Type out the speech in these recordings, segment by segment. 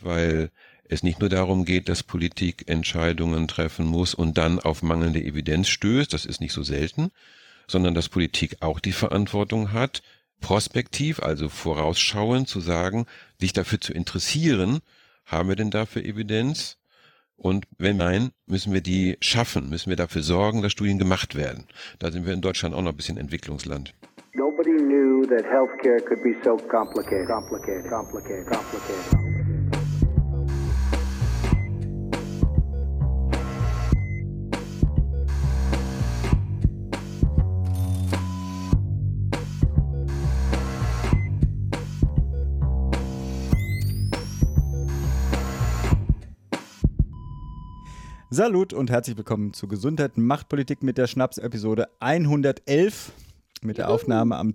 weil es nicht nur darum geht, dass Politik Entscheidungen treffen muss und dann auf mangelnde Evidenz stößt, das ist nicht so selten, sondern dass Politik auch die Verantwortung hat, prospektiv, also vorausschauend zu sagen, sich dafür zu interessieren, haben wir denn dafür Evidenz? Und wenn nein, müssen wir die schaffen, müssen wir dafür sorgen, dass Studien gemacht werden. Da sind wir in Deutschland auch noch ein bisschen Entwicklungsland. Nobody knew that healthcare could be so complicated. Salut und herzlich willkommen zu Gesundheit macht Politik mit der Schnaps-Episode 111 mit der Aufnahme am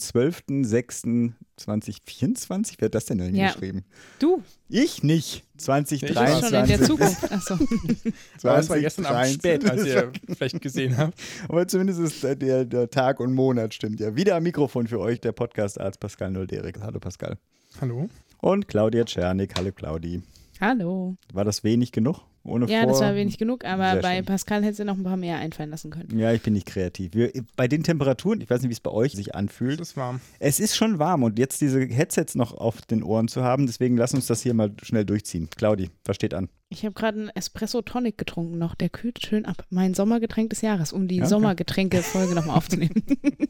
12.06.2024. Wer hat das denn hingeschrieben? Du. Ich nicht. 2023. Ich schon in der Zukunft. Achso. Das war gestern Abend spät, als ihr vielleicht gesehen habt. Aber zumindest ist der Tag und Monat stimmt ja. Wieder am Mikrofon für euch der Podcast-Arzt Pascal Nolderik. Hallo Pascal. Hallo. Und Claudia Czernik. Hallo Claudi. Hallo. War das wenig genug? Das war wenig genug, aber Sehr bei schön. Pascal hätte sie noch ein paar mehr einfallen lassen können. Ja, ich bin nicht kreativ. Bei den Temperaturen, ich weiß nicht, wie es bei euch sich anfühlt. Es ist warm. Es ist schon warm und jetzt diese Headsets noch auf den Ohren zu haben, deswegen lass uns das hier mal schnell durchziehen. Claudi, was steht an? Ich habe gerade einen Espresso Tonic getrunken noch, der kühlt schön ab. Mein Sommergetränk des Jahres, um die Sommergetränke-Folge nochmal aufzunehmen.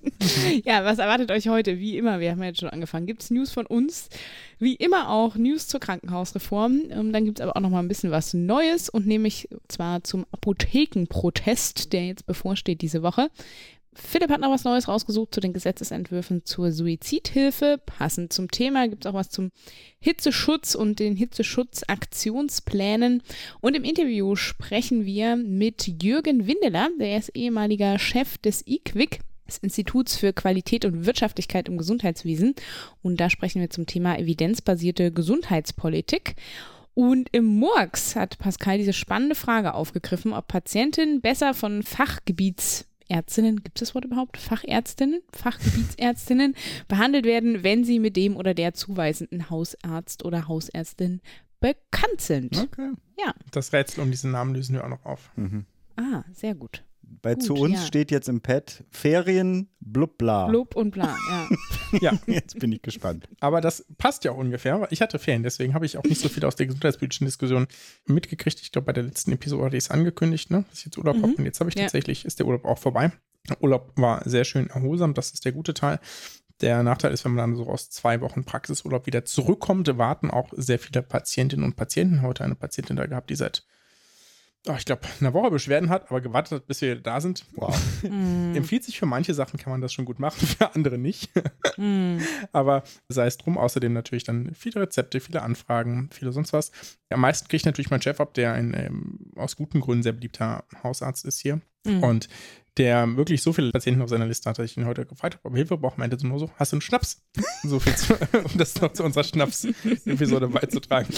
Ja, was erwartet euch heute? Wie immer, wir haben ja jetzt schon angefangen. Gibt es News von uns? Wie immer auch News zur Krankenhausreform. Dann gibt es aber auch nochmal ein bisschen was Neues und nämlich zwar zum Apothekenprotest, der jetzt bevorsteht diese Woche. Philipp hat noch was Neues rausgesucht zu den Gesetzesentwürfen zur Suizidhilfe. Passend zum Thema gibt es auch was zum Hitzeschutz und den Hitzeschutzaktionsplänen. Und im Interview sprechen wir mit Jürgen Windeler, der ist ehemaliger Chef des IQWiG, des Instituts für Qualität und Wirtschaftlichkeit im Gesundheitswesen. Und da sprechen wir zum Thema evidenzbasierte Gesundheitspolitik. Und im Murks hat Pascal diese spannende Frage aufgegriffen, ob Patientinnen besser von Fachgebietsärztinnen, gibt es das Wort überhaupt? Fachgebietsärztinnen behandelt werden, wenn sie mit dem oder der zuweisenden Hausarzt oder Hausärztin bekannt sind. Okay. Ja. Das Rätsel um diesen Namen lösen wir auch noch auf. Ah, sehr gut. Zu uns steht jetzt im Pad Ferien, blub, bla. Blub und bla, ja. Ja, Jetzt bin ich gespannt. aber das passt ja auch ungefähr. Ich hatte Ferien, deswegen habe ich auch nicht so viel aus der gesundheitspolitischen Diskussion mitgekriegt. Ich glaube, bei der letzten Episode hatte ich es angekündigt, ne, dass ich jetzt Urlaub habe. Und jetzt habe ich tatsächlich, ist der Urlaub auch vorbei. Der Urlaub war sehr schön erholsam, das ist der gute Teil. Der Nachteil ist, wenn man dann so aus 2 Wochen Praxisurlaub wieder zurückkommt, warten auch sehr viele Patientinnen und Patienten. Heute eine Patientin da gehabt, die seit ich glaube, eine Woche Beschwerden hat, aber gewartet hat, bis wir da sind. Wow. Empfiehlt sich für manche Sachen, kann man das schon gut machen, für andere nicht. Aber sei es drum, außerdem natürlich dann viele Rezepte, viele Anfragen, viele sonst was. Am meisten kriegt natürlich mein Chef ab, der ein aus guten Gründen sehr beliebter Hausarzt ist hier. Und der wirklich so viele Patienten auf seiner Liste hat, dass ich ihn heute gefragt habe, ob Hilfe braucht, meinte nur so, hast du einen Schnaps? So viel um das noch zu unserer Schnaps-Episode beizutragen.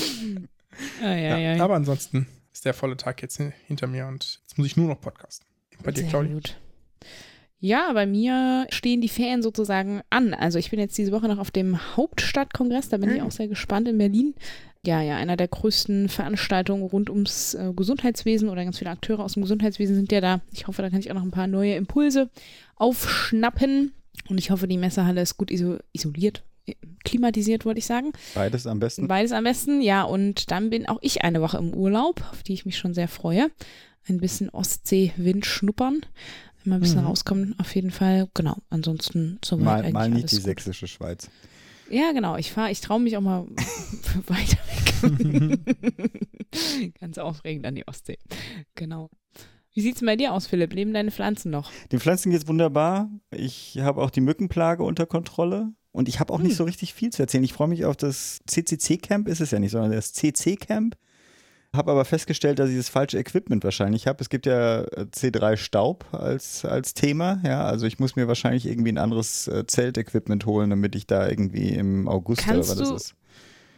Ja. Aber ansonsten ist der volle Tag jetzt hinter mir und jetzt muss ich nur noch podcasten. Bei dir, Claudia? Gut. Ja, bei mir stehen die Ferien sozusagen an. Also ich bin jetzt diese Woche noch auf dem Hauptstadtkongress, da bin ich auch sehr gespannt in Berlin. Ja, einer der größten Veranstaltungen rund ums Gesundheitswesen oder ganz viele Akteure aus dem Gesundheitswesen sind ja da. Ich hoffe, da kann ich auch noch ein paar neue Impulse aufschnappen und ich hoffe, die Messehalle ist gut isoliert. Klimatisiert, wollte ich sagen. Beides am besten. Beides am besten, ja. Und dann bin auch ich eine Woche im Urlaub, auf die ich mich schon sehr freue. Ein bisschen Ostseewind schnuppern. Mal ein bisschen rauskommen, auf jeden Fall. Genau, ansonsten soweit eigentlich mal nicht alles die gut. sächsische Schweiz. Ja, genau. Ich traue mich auch mal weiter weg. Ganz aufregend an die Ostsee. Genau. Wie sieht es bei dir aus, Philipp? Leben deine Pflanzen noch? Den Pflanzen geht's wunderbar. Ich habe auch die Mückenplage unter Kontrolle. Und ich habe auch nicht so richtig viel zu erzählen. Ich freue mich auf das CCC-Camp, ist es ja nicht, sondern das CC-Camp. Habe aber festgestellt, dass ich das falsche Equipment wahrscheinlich habe. Es gibt ja C3 Staub als Thema. Ja, also ich muss mir wahrscheinlich irgendwie ein anderes Zeltequipment holen, damit ich da irgendwie im August oder was das ist.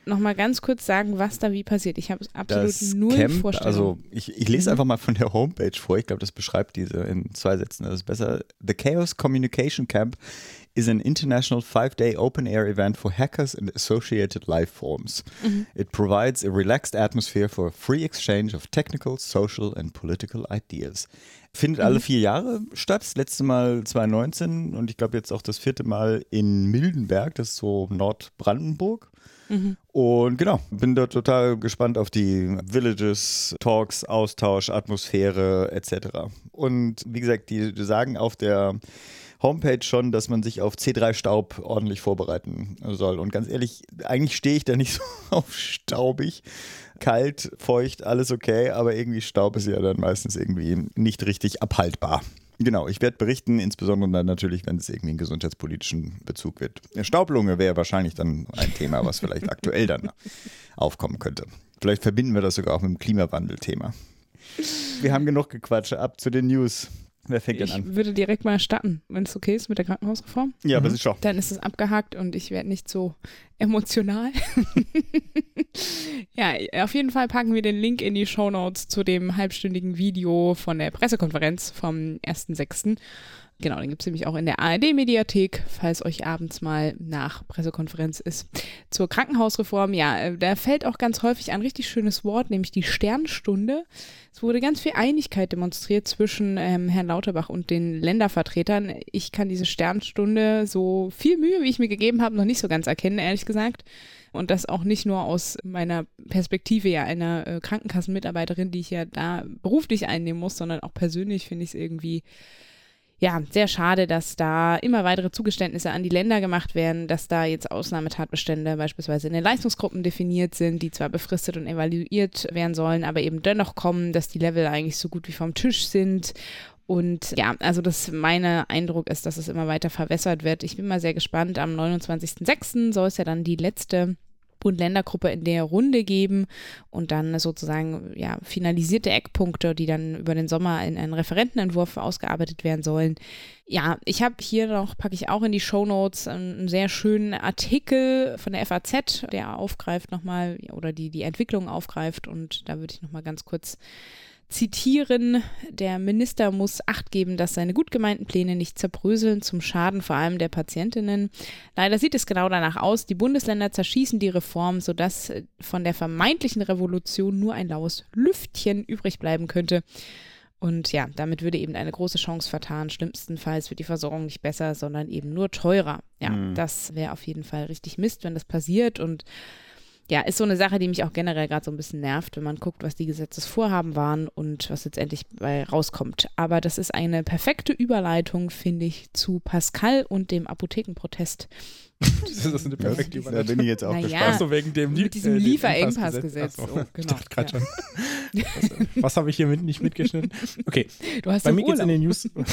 nochmal ganz kurz sagen, was da wie passiert. Ich habe absolut das null Camp, Vorstellung. Also ich lese einfach mal von der Homepage vor. Ich glaube, das beschreibt diese in 2 Sätzen. Das ist besser. The Chaos Communication Camp is an international 5-day open-air event for hackers and associated life forms. It provides a relaxed atmosphere for free exchange of technical, social and political ideas. Findet alle 4 Jahre statt. Das letzte Mal 2019 und ich glaube jetzt auch das 4. Mal in Mildenberg, das ist so Nordbrandenburg. Und genau, bin da total gespannt auf die Villages, Talks, Austausch, Atmosphäre etc. Und wie gesagt, die sagen auf der Homepage schon, dass man sich auf C3-Staub ordentlich vorbereiten soll. Und ganz ehrlich, eigentlich stehe ich da nicht so auf staubig. Kalt, feucht, alles okay, aber irgendwie Staub ist ja dann meistens irgendwie nicht richtig abhaltbar. Genau, ich werde berichten, insbesondere dann natürlich, wenn es irgendwie einen gesundheitspolitischen Bezug wird. Staublunge wäre wahrscheinlich dann ein Thema, was vielleicht aktuell dann aufkommen könnte. Vielleicht verbinden wir das sogar auch mit dem Klimawandel-Thema. Wir haben genug gequatscht, ab zu den News. Wer fängt denn an? Ich würde direkt mal starten, wenn es okay ist mit der Krankenhausreform. Ja, aber sicher. Dann ist es abgehakt und ich werde nicht so emotional. Ja, auf jeden Fall packen wir den Link in die Shownotes zu dem halbstündigen Video von der Pressekonferenz vom 1.6. Genau, den gibt es nämlich auch in der ARD-Mediathek, falls euch abends mal nach Pressekonferenz ist. Zur Krankenhausreform, ja, da fällt auch ganz häufig ein richtig schönes Wort, nämlich die Sternstunde. Es wurde ganz viel Einigkeit demonstriert zwischen Herrn Lauterbach und den Ländervertretern. Ich kann diese Sternstunde, so viel Mühe, wie ich mir gegeben habe, noch nicht so ganz erkennen, ehrlich gesagt. Und das auch nicht nur aus meiner Perspektive ja einer Krankenkassenmitarbeiterin, die ich ja da beruflich einnehmen muss, sondern auch persönlich finde ich es irgendwie ja, sehr schade, dass da immer weitere Zugeständnisse an die Länder gemacht werden, dass da jetzt Ausnahmetatbestände beispielsweise in den Leistungsgruppen definiert sind, die zwar befristet und evaluiert werden sollen, aber eben dennoch kommen, dass die Level eigentlich so gut wie vom Tisch sind. Und ja, also mein Eindruck ist, dass es immer weiter verwässert wird. Ich bin mal sehr gespannt. Am 29.06. soll es ja dann die letzte Bund-Länder-Gruppe in der Runde geben und dann sozusagen ja, finalisierte Eckpunkte, die dann über den Sommer in einen Referentenentwurf ausgearbeitet werden sollen. Ja, ich habe hier noch, packe ich auch in die Shownotes, einen sehr schönen Artikel von der FAZ, der aufgreift nochmal oder die Entwicklung aufgreift und da würde ich nochmal ganz kurz zitieren, der Minister muss Acht geben, dass seine gut gemeinten Pläne nicht zerbröseln, zum Schaden vor allem der Patientinnen. Leider sieht es genau danach aus, die Bundesländer zerschießen die Reform, sodass von der vermeintlichen Revolution nur ein laues Lüftchen übrig bleiben könnte. Und ja, damit würde eben eine große Chance vertan. Schlimmstenfalls wird die Versorgung nicht besser, sondern eben nur teurer. Ja, das wäre auf jeden Fall richtig Mist, wenn das passiert und ja, ist so eine Sache, die mich auch generell gerade so ein bisschen nervt, wenn man guckt, was die Gesetzesvorhaben waren und was letztendlich bei rauskommt. Aber das ist eine perfekte Überleitung, finde ich, zu Pascal und dem Apothekenprotest. Das ist eine perfekte Überleitung. Da bin ich jetzt auch gespannt. Achso, wegen dem mit diesem Lieferengpassgesetz. So. Oh, genau. Ich dachte gerade schon. Was habe ich hier nicht mitgeschnitten? Okay. Du hast Bei mir geht es in den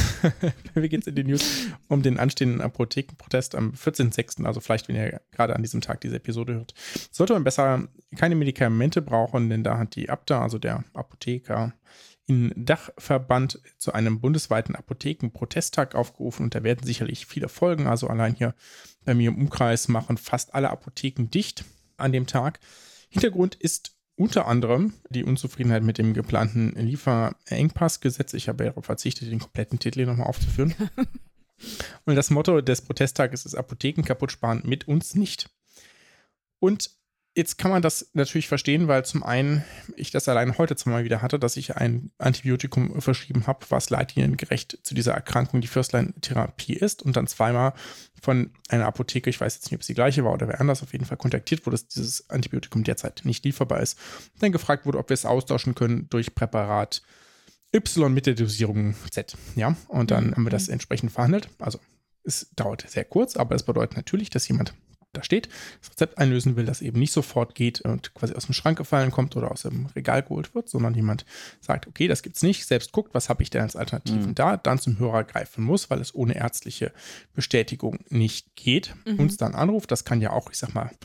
News um den anstehenden Apothekenprotest am 14.06., also vielleicht, wenn ihr gerade an diesem Tag diese Episode hört. Sollte man besser keine Medikamente brauchen, denn da hat die ABDA, also der Apotheker, in Dachverband zu einem bundesweiten Apothekenprotesttag aufgerufen und da werden sicherlich viele Folgen, also allein hier bei mir im Umkreis machen fast alle Apotheken dicht an dem Tag. Hintergrund ist unter anderem die Unzufriedenheit mit dem geplanten Lieferengpassgesetz. Ich habe darauf verzichtet, den kompletten Titel hier nochmal aufzuführen. Und das Motto des Protesttages ist Apotheken kaputt sparen, mit uns nicht. Und jetzt kann man das natürlich verstehen, weil zum einen ich das allein heute zweimal wieder hatte, dass ich ein Antibiotikum verschrieben habe, was leitliniengerecht zu dieser Erkrankung die First-Line-Therapie ist und dann zweimal von einer Apotheke, ich weiß jetzt nicht, ob es die gleiche war oder wer anders, auf jeden Fall kontaktiert wurde, dass dieses Antibiotikum derzeit nicht lieferbar ist. Dann gefragt wurde, ob wir es austauschen können durch Präparat Y mit der Dosierung Z. Ja, und dann haben wir das entsprechend verhandelt. Also es dauert sehr kurz, aber es bedeutet natürlich, dass jemand da steht, das Rezept einlösen will, das eben nicht sofort geht und quasi aus dem Schrank gefallen kommt oder aus dem Regal geholt wird, sondern jemand sagt, okay, das gibt's nicht, selbst guckt, was habe ich denn als Alternativen da, dann zum Hörer greifen muss, weil es ohne ärztliche Bestätigung nicht geht, uns dann anruft, das kann ja auch, ich sag mal,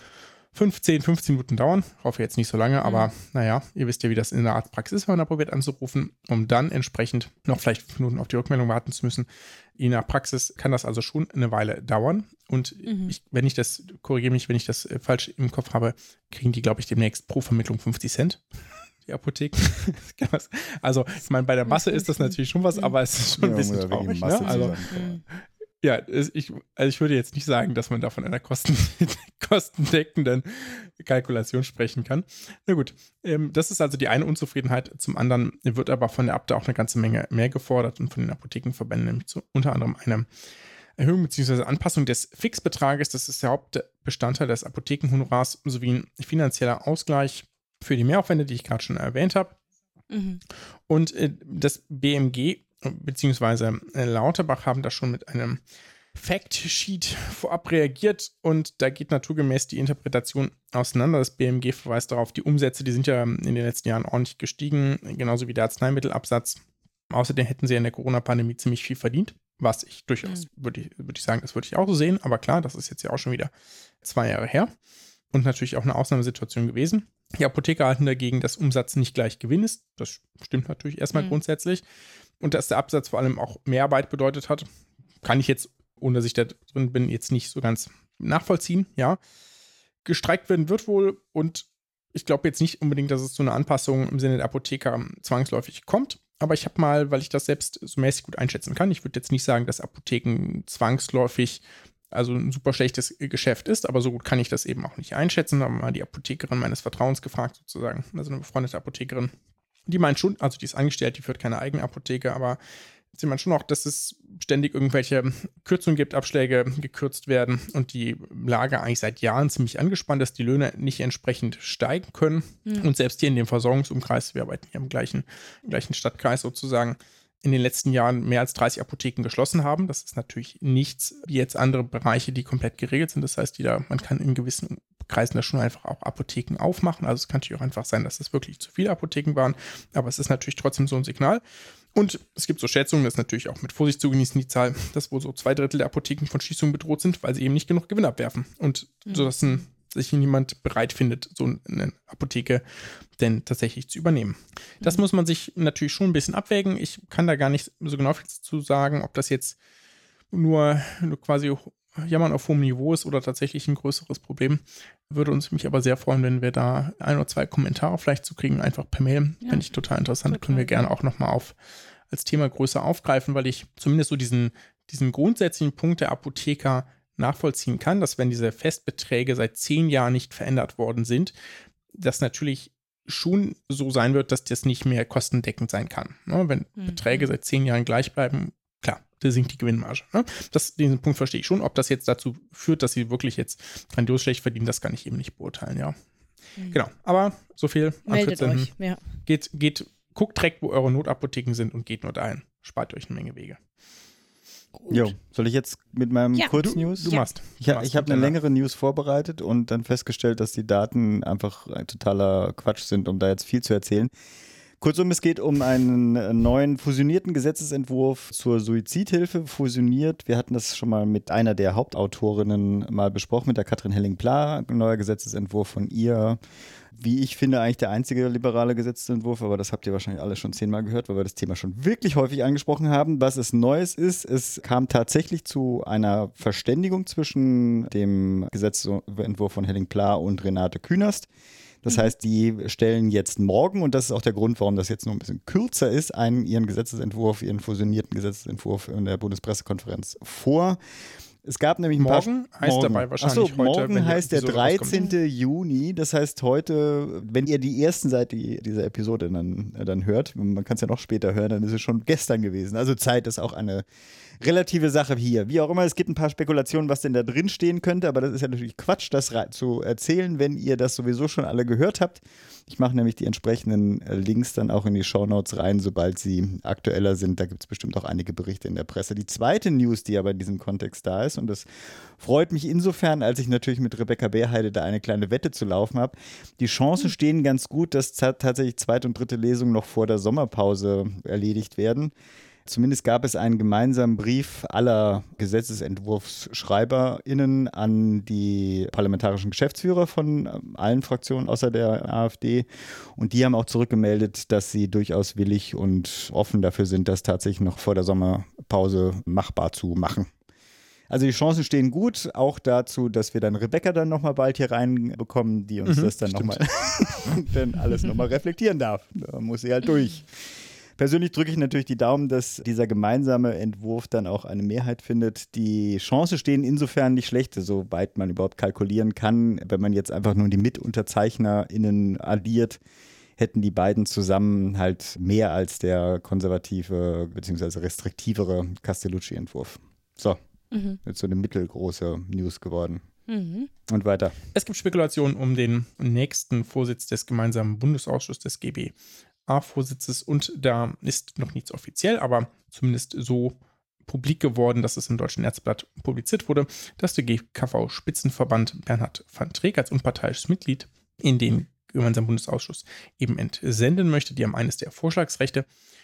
15 Minuten dauern. Ich hoffe jetzt nicht so lange, aber naja, ihr wisst ja, wie das in der Arztpraxis ist, wenn man da probiert anzurufen, um dann entsprechend noch vielleicht 5 Minuten auf die Rückmeldung warten zu müssen. In der Praxis kann das also schon eine Weile dauern. Und korrigiere mich, wenn ich das falsch im Kopf habe, kriegen die, glaube ich, demnächst pro Vermittlung 50 Cent. Die Apotheken. Also, ich meine, bei der Masse ist das natürlich schon was, aber es ist schon ein bisschen traurig. Ne? Also, ja, ich würde jetzt nicht sagen, dass man da von einer kostendeckenden Kalkulation sprechen kann. Na gut, das ist also die eine Unzufriedenheit. Zum anderen wird aber von der Abda auch eine ganze Menge mehr gefordert und von den Apothekenverbänden, nämlich unter anderem eine Erhöhung bzw. Anpassung des Fixbetrages. Das ist der Hauptbestandteil des Apothekenhonorars sowie ein finanzieller Ausgleich für die Mehraufwände, die ich gerade schon erwähnt habe. Und das BMG beziehungsweise Lauterbach haben da schon mit einem Factsheet vorab reagiert und da geht naturgemäß die Interpretation auseinander. Das BMG verweist darauf, die Umsätze, die sind ja in den letzten Jahren ordentlich gestiegen, genauso wie der Arzneimittelabsatz. Außerdem hätten sie in der Corona-Pandemie ziemlich viel verdient, was ich durchaus, würde ich sagen, das würde ich auch so sehen, aber klar, das ist jetzt ja auch schon wieder 2 Jahre her und natürlich auch eine Ausnahmesituation gewesen. Die Apotheker halten dagegen, dass Umsatz nicht gleich Gewinn ist. Das stimmt natürlich erstmal grundsätzlich. Und dass der Absatz vor allem auch Mehrarbeit bedeutet hat, kann ich jetzt, ohne dass ich da drin bin, jetzt nicht so ganz nachvollziehen. Ja, gestreikt werden wird wohl und ich glaube jetzt nicht unbedingt, dass es zu einer Anpassung im Sinne der Apotheker zwangsläufig kommt. Aber ich habe mal, weil ich das selbst so mäßig gut einschätzen kann, ich würde jetzt nicht sagen, dass Apotheken zwangsläufig also ein super schlechtes Geschäft ist, aber so gut kann ich das eben auch nicht einschätzen. Da haben wir mal die Apothekerin meines Vertrauens gefragt sozusagen, also eine befreundete Apothekerin. Die meint schon, also die ist angestellt, die führt keine eigene Apotheke, aber sie meint schon auch, dass es ständig irgendwelche Kürzungen gibt, Abschläge gekürzt werden und die Lage eigentlich seit Jahren ziemlich angespannt ist, die Löhne nicht entsprechend steigen können. Und selbst hier in dem Versorgungsumkreis, wir arbeiten hier im gleichen Stadtkreis sozusagen, in den letzten Jahren mehr als 30 Apotheken geschlossen haben. Das ist natürlich nichts wie jetzt andere Bereiche, die komplett geregelt sind. Das heißt, man kann in gewissen Kreisen da schon einfach auch Apotheken aufmachen. Also es kann natürlich auch einfach sein, dass es wirklich zu viele Apotheken waren. Aber es ist natürlich trotzdem so ein Signal. Und es gibt so Schätzungen, das ist natürlich auch mit Vorsicht zu genießen, die Zahl, dass wohl so 2/3 der Apotheken von Schließungen bedroht sind, weil sie eben nicht genug Gewinn abwerfen. Und so dass sich niemand bereit findet, so eine Apotheke denn tatsächlich zu übernehmen. Das muss man sich natürlich schon ein bisschen abwägen. Ich kann da gar nicht so genau viel zu sagen, ob das jetzt nur quasi Jammern auf hohem Niveau ist oder tatsächlich ein größeres Problem. Würde mich aber sehr freuen, wenn wir da 1 oder 2 Kommentare vielleicht zu kriegen, einfach per Mail. Ja, finde ich total interessant. Total. Können wir gerne auch nochmal als Thema größer aufgreifen, weil ich zumindest so diesen grundsätzlichen Punkt der Apotheker nachvollziehen kann, dass wenn diese Festbeträge seit 10 Jahren nicht verändert worden sind, das natürlich schon so sein wird, dass das nicht mehr kostendeckend sein kann. Ne? Wenn Beträge seit 10 Jahren gleich bleiben, klar, da sinkt die Gewinnmarge. Ne? Diesen Punkt verstehe ich schon. Ob das jetzt dazu führt, dass sie wirklich jetzt grandios schlecht verdienen, das kann ich eben nicht beurteilen, ja. Genau, aber so viel an 14. Ja. Guckt direkt, wo eure Notapotheken sind und geht nur dahin. Spart euch eine Menge Wege. Jo, soll ich jetzt mit meinem Kurznews? Du machst. Ich habe eine längere News vorbereitet und dann festgestellt, dass die Daten einfach ein totaler Quatsch sind, um da jetzt viel zu erzählen. Kurzum, es geht um einen neuen fusionierten Gesetzesentwurf zur Suizidhilfe. Fusioniert, wir hatten das schon mal mit einer der Hauptautorinnen mal besprochen, mit der Katrin Helling-Pla, ein neuer Gesetzesentwurf von ihr. Wie ich finde, eigentlich der einzige liberale Gesetzesentwurf, aber das habt ihr wahrscheinlich alle schon 10-mal gehört, weil wir das Thema schon wirklich häufig angesprochen haben. Was es Neues ist, es kam tatsächlich zu einer Verständigung zwischen dem Gesetzesentwurf von Helling-Pla und Renate Künast. Das heißt, die stellen jetzt morgen, und das ist auch der Grund, warum das jetzt noch ein bisschen kürzer ist, ihren fusionierten Gesetzesentwurf in der Bundespressekonferenz vor. Es gab nämlich morgen heißt dabei wahrscheinlich heute. Morgen heißt der 13. Juni. Das heißt heute, wenn ihr die ersten Seite dieser Episode dann hört, man kann es ja noch später hören, dann ist es schon gestern gewesen. Also Zeit ist auch eine relative Sache hier. Wie auch immer, es gibt ein paar Spekulationen, was denn da drin stehen könnte, aber das ist ja natürlich Quatsch, das zu erzählen, wenn ihr das sowieso schon alle gehört habt. Ich mache nämlich die entsprechenden Links dann auch in die Shownotes rein, sobald sie aktueller sind. Da gibt es bestimmt auch einige Berichte in der Presse. Die zweite News, die aber in diesem Kontext da ist, und das freut mich insofern, als ich natürlich mit Rebecca Beerheide da eine kleine Wette zu laufen habe. Die Chancen stehen ganz gut, dass tatsächlich zweite und dritte Lesungen noch vor der Sommerpause erledigt werden. Zumindest gab es einen gemeinsamen Brief aller GesetzesentwurfsschreiberInnen an die parlamentarischen Geschäftsführer von allen Fraktionen außer der AfD. Und die haben auch zurückgemeldet, dass sie durchaus willig und offen dafür sind, das tatsächlich noch vor der Sommerpause machbar zu machen. Also die Chancen stehen gut, auch dazu, dass wir dann Rebecca dann nochmal bald hier reinbekommen, die uns das dann nochmal dann alles nochmal reflektieren darf. Da muss sie halt durch. Persönlich drücke ich natürlich die Daumen, dass dieser gemeinsame Entwurf dann auch eine Mehrheit findet. Die Chancen stehen insofern nicht schlecht, soweit man überhaupt kalkulieren kann. Wenn man jetzt einfach nur die MitunterzeichnerInnen addiert, hätten die beiden zusammen halt mehr als der konservative bzw. restriktivere Castellucci-Entwurf. So, jetzt so eine mittelgroße News geworden. Und weiter. Es gibt Spekulationen um den nächsten Vorsitz des gemeinsamen Bundesausschusses des GBA-Vorsitzes und da ist noch nichts offiziell, aber zumindest so publik geworden, dass es im Deutschen Ärzteblatt publiziert wurde, dass der GKV-Spitzenverband Bernhard van Treek als unparteiisches Mitglied in den gemeinsamen Bundesausschuss eben entsenden möchte. Die haben eines der Vorschlagsrechte.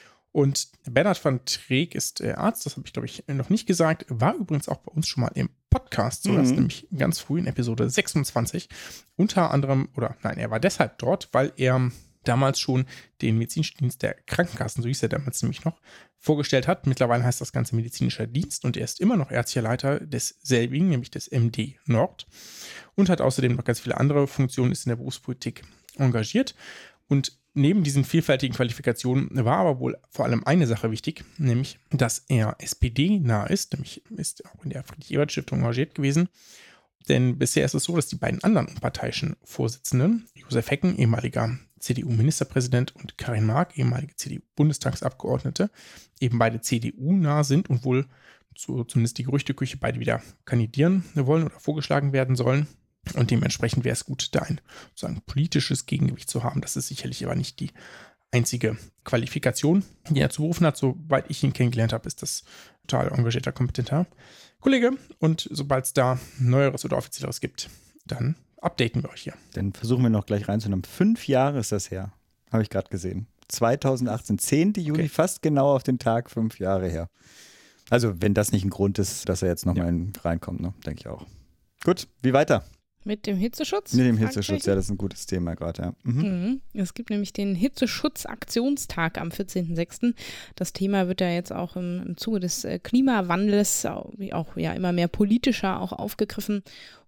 Und Bernhard van Treek ist Arzt, das habe ich, glaube ich, noch nicht gesagt, war übrigens auch bei uns schon mal im Podcast, so das nämlich ganz früh in Episode 26. Unter anderem, er war deshalb dort, weil er damals schon den medizinischen Dienst der Krankenkassen, so hieß er damals nämlich noch, vorgestellt hat. Mittlerweile heißt das Ganze medizinischer Dienst und er ist immer noch ärztlicher Leiter desselbigen, nämlich des MD Nord und hat außerdem noch ganz viele andere Funktionen, ist in der Berufspolitik engagiert. Und neben diesen vielfältigen Qualifikationen war aber wohl vor allem eine Sache wichtig, nämlich, dass er SPD-nah ist, nämlich ist auch in der Friedrich-Ebert-Stiftung engagiert gewesen. Denn bisher ist es so, dass die beiden anderen unparteiischen Vorsitzenden, Josef Hecken, ehemaliger CDU-Ministerpräsident, und Karin Mark, ehemalige CDU-Bundestagsabgeordnete, eben beide CDU-nah sind und wohl, so zumindest die Gerüchteküche, beide wieder kandidieren wollen oder vorgeschlagen werden sollen. Und dementsprechend wäre es gut, da ein sozusagen politisches Gegengewicht zu haben. Das ist sicherlich aber nicht die einzige Qualifikation, die er zu berufen hat. Soweit ich ihn kennengelernt habe, ist das total engagierter, kompetenter Kollege. Und sobald es da Neueres oder Offizielleres gibt, dann updaten wir euch hier. Dann versuchen wir noch gleich reinzunehmen. 5 Jahre ist das her, habe ich gerade gesehen. 2018, 10. Juni, fast genau auf den Tag 5 Jahre her. Also wenn das nicht ein Grund ist, dass er jetzt nochmal reinkommt, ne? Denke ich auch. Gut, wie weiter? Mit dem Hitzeschutz? Mit dem Hitzeschutz, ja, das ist ein gutes Thema gerade, ja. Es gibt nämlich den Hitzeschutz-Aktionstag am 14.06. Das Thema wird ja jetzt auch im Zuge des Klimawandels auch ja immer mehr politischer auch aufgegriffen.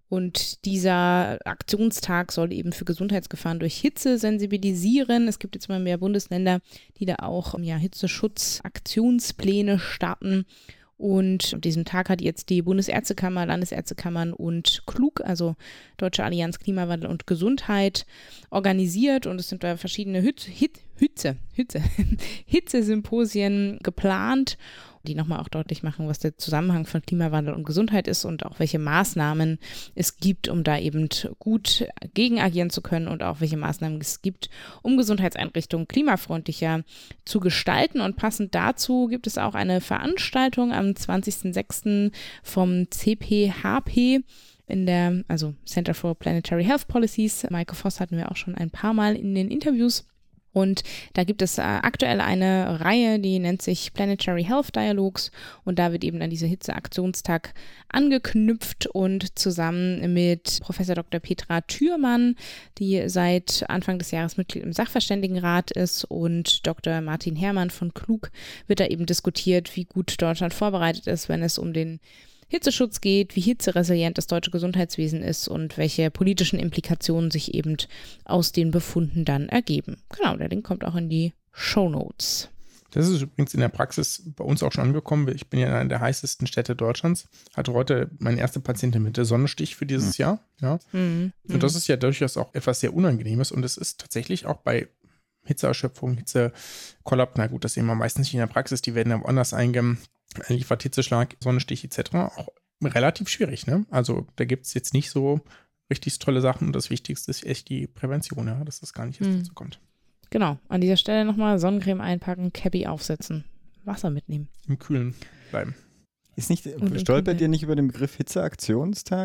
Und dieser Aktionstag soll eben für Gesundheitsgefahren durch Hitze sensibilisieren. Es gibt jetzt immer mehr Bundesländer, die da auch Hitzeschutz-Aktionspläne starten. Und an diesem Tag hat jetzt die Bundesärztekammer, Landesärztekammern und KLUG, also Deutsche Allianz Klimawandel und Gesundheit, organisiert. Und es sind da verschiedene Hitzesymposien geplant, die nochmal auch deutlich machen, was der Zusammenhang von Klimawandel und Gesundheit ist und auch welche Maßnahmen es gibt, um da eben gut gegen agieren zu können und auch welche Maßnahmen es gibt, um Gesundheitseinrichtungen klimafreundlicher zu gestalten. Und passend dazu gibt es auch eine Veranstaltung am 20.06. vom CPHP also Center for Planetary Health Policies. Maike Voss hatten wir auch schon ein paar Mal in den Interviews. Und da gibt es aktuell eine Reihe, die nennt sich Planetary Health Dialogues und da wird eben an diesen Hitzeaktionstag angeknüpft und zusammen mit Professor Dr. Petra Thürmann, die seit Anfang des Jahres Mitglied im Sachverständigenrat ist, und Dr. Martin Herrmann von KLUG wird da eben diskutiert, wie gut Deutschland vorbereitet ist, wenn es um den Hitzeschutz geht, wie hitzeresilient das deutsche Gesundheitswesen ist und welche politischen Implikationen sich eben aus den Befunden dann ergeben. Genau, der Link kommt auch in die Shownotes. Das ist übrigens in der Praxis bei uns auch schon angekommen. Ich bin ja in einer der heißesten Städte Deutschlands. Hatte heute meine erste Patientin mit der Sonnenstich für dieses Jahr. Ja. Und das ist ja durchaus auch etwas sehr Unangenehmes und es ist tatsächlich auch bei Hitzeerschöpfung, Hitzekollaps, na gut, das sehen wir meistens nicht in der Praxis, die werden ja woanders liefert Hitzeschlag, Sonnenstich etc. auch relativ schwierig, ne? Also da gibt es jetzt nicht so richtig tolle Sachen und das Wichtigste ist echt die Prävention, ja, dass das gar nicht erst dazu kommt. Genau, an dieser Stelle nochmal Sonnencreme einpacken, Cappy aufsetzen, Wasser mitnehmen. Im Kühlen bleiben. Stolpert ihr nicht über den Begriff Hitzeaktionstag?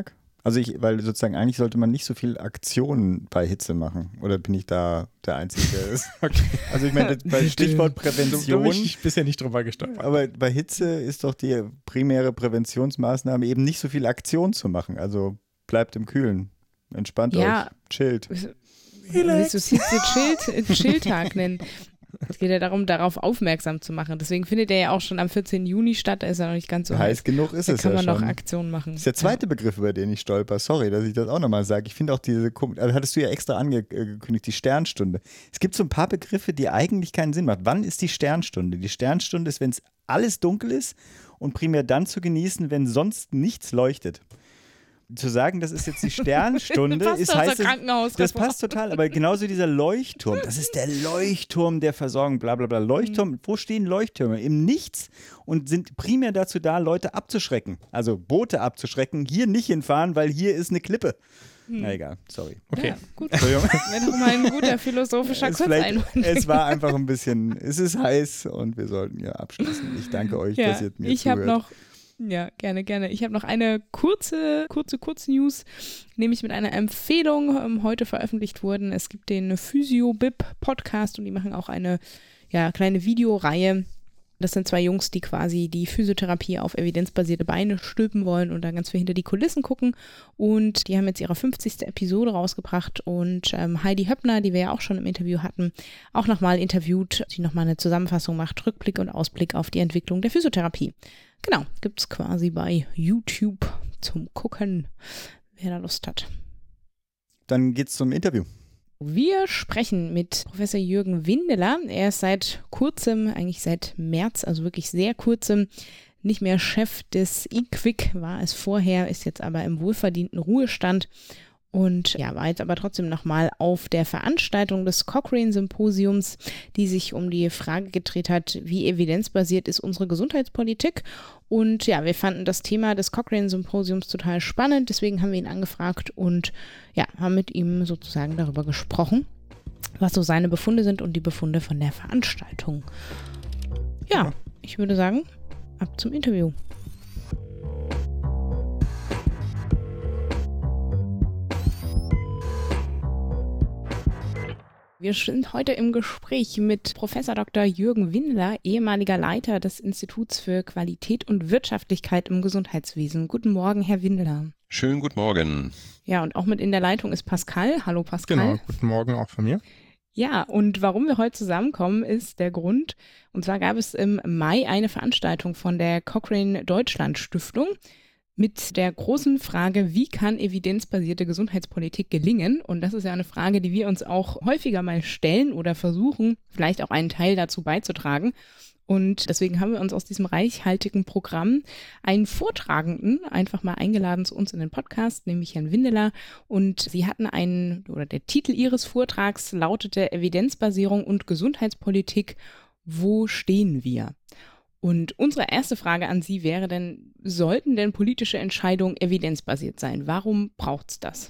Also weil sozusagen eigentlich sollte man nicht so viel Aktion bei Hitze machen. Oder bin ich da der Einzige, der ist? Okay. Also ich meine, bei Stichwort Prävention. Da bin ich bisher nicht drüber gestolpert. Aber bei Hitze ist doch die primäre Präventionsmaßnahme eben nicht so viel Aktion zu machen. Also bleibt im Kühlen. Entspannt euch. Chillt. Willst du es Hitze Chill-Tag nennen? Es geht ja darum, darauf aufmerksam zu machen. Deswegen findet der ja auch schon am 14. Juni statt. Da ist er noch nicht ganz so heiß genug ist es ja schon. Da kann man noch Aktionen machen. Das ist der zweite Begriff, über den ich stolper. Sorry, dass ich das auch nochmal sage. Ich finde auch also hattest du ja extra angekündigt, die Sternstunde. Es gibt so ein paar Begriffe, die eigentlich keinen Sinn machen. Wann ist die Sternstunde? Die Sternstunde ist, wenn es alles dunkel ist und primär dann zu genießen, wenn sonst nichts leuchtet. Zu sagen, das ist jetzt die Sternstunde, das passt total, aber genauso dieser Leuchtturm, das ist der Leuchtturm der Versorgung, bla bla bla. Leuchtturm, wo stehen Leuchttürme? Im Nichts und sind primär dazu da, Leute abzuschrecken, also Boote abzuschrecken, hier nicht hinfahren, weil hier ist eine Klippe. Na egal, sorry. Okay. Ja, gut. Wäre doch mal ein guter philosophischer Kurzeinwand. Es war einfach ein bisschen, es ist heiß und wir sollten ja abschließen. Ich danke euch, dass ihr mir zuhört. Ja, gerne. Ich habe noch eine kurze News, nämlich mit einer Empfehlung heute veröffentlicht worden. Es gibt den Physio-Bib-Podcast und die machen auch eine kleine Videoreihe. Das sind zwei Jungs, die quasi die Physiotherapie auf evidenzbasierte Beine stülpen wollen und dann ganz viel hinter die Kulissen gucken. Und die haben jetzt ihre 50. Episode rausgebracht und Heidi Höppner, die wir ja auch schon im Interview hatten, auch nochmal interviewt, die nochmal eine Zusammenfassung macht, Rückblick und Ausblick auf die Entwicklung der Physiotherapie. Genau, gibt es quasi bei YouTube zum Gucken, wer da Lust hat. Dann geht's zum Interview. Wir sprechen mit Professor Jürgen Windeler. Er ist seit kurzem, eigentlich seit März, also wirklich sehr kurzem, nicht mehr Chef des IQWiC, war es vorher, ist jetzt aber im wohlverdienten Ruhestand und war jetzt aber trotzdem nochmal auf der Veranstaltung des Cochrane-Symposiums, die sich um die Frage gedreht hat, wie evidenzbasiert ist unsere Gesundheitspolitik. Und wir fanden das Thema des Cochrane-Symposiums total spannend, deswegen haben wir ihn angefragt und haben mit ihm sozusagen darüber gesprochen, was so seine Befunde sind und die Befunde von der Veranstaltung. Ja, ich würde sagen, ab zum Interview. Wir sind heute im Gespräch mit Professor Dr. Jürgen Windeler, ehemaliger Leiter des Instituts für Qualität und Wirtschaftlichkeit im Gesundheitswesen. Guten Morgen, Herr Windeler. Schönen guten Morgen. Ja, und auch mit in der Leitung ist Pascal. Hallo Pascal. Genau, guten Morgen auch von mir. Ja, und warum wir heute zusammenkommen, ist der Grund. Und zwar gab es im Mai eine Veranstaltung von der Cochrane Deutschland Stiftung mit der großen Frage, wie kann evidenzbasierte Gesundheitspolitik gelingen? Und das ist ja eine Frage, die wir uns auch häufiger mal stellen oder versuchen, vielleicht auch einen Teil dazu beizutragen. Und deswegen haben wir uns aus diesem reichhaltigen Programm einen Vortragenden einfach mal eingeladen zu uns in den Podcast, nämlich Herrn Windeler. Und sie hatten der Titel ihres Vortrags lautete Evidenzbasierung und Gesundheitspolitik, wo stehen wir? Und unsere erste Frage an Sie wäre denn, sollten denn politische Entscheidungen evidenzbasiert sein? Warum braucht's das?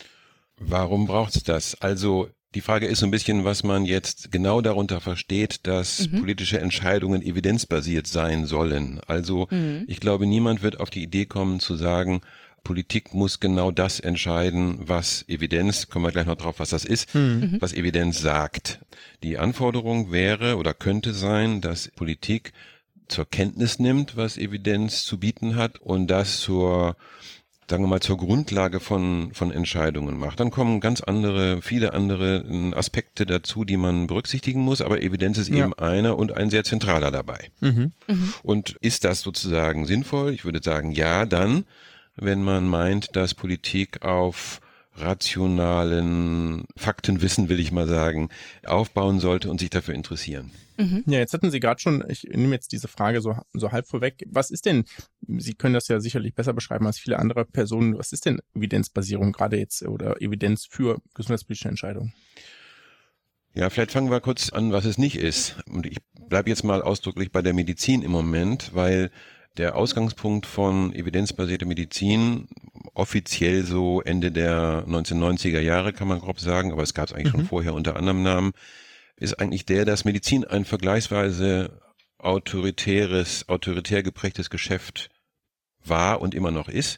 Warum braucht's das? Also die Frage ist so ein bisschen, was man jetzt genau darunter versteht, dass politische Entscheidungen evidenzbasiert sein sollen. Also ich glaube, niemand wird auf die Idee kommen zu sagen, Politik muss genau das entscheiden, was Evidenz, kommen wir gleich noch drauf, was das ist, was Evidenz sagt. Die Anforderung wäre oder könnte sein, dass Politik zur Kenntnis nimmt, was Evidenz zu bieten hat und das zur Grundlage von Entscheidungen macht. Dann kommen viele andere Aspekte dazu, die man berücksichtigen muss, aber Evidenz ist eben einer und ein sehr zentraler dabei. Und ist das sozusagen sinnvoll? Ich würde sagen, ja, dann, wenn man meint, dass Politik auf rationalen Faktenwissen, will ich mal sagen, aufbauen sollte und sich dafür interessieren. Ja, jetzt hatten Sie gerade schon, ich nehme jetzt diese Frage so halb vorweg, was ist denn, Sie können das ja sicherlich besser beschreiben als viele andere Personen, was ist denn Evidenzbasierung gerade jetzt oder Evidenz für gesundheitspolitische Entscheidungen? Ja, vielleicht fangen wir kurz an, was es nicht ist. Und ich bleibe jetzt mal ausdrücklich bei der Medizin im Moment, weil der Ausgangspunkt von evidenzbasierter Medizin, offiziell so Ende der 1990er Jahre kann man grob sagen, aber es gab es eigentlich schon vorher unter anderem Namen, ist eigentlich dass Medizin ein vergleichsweise autoritär geprägtes Geschäft war und immer noch ist.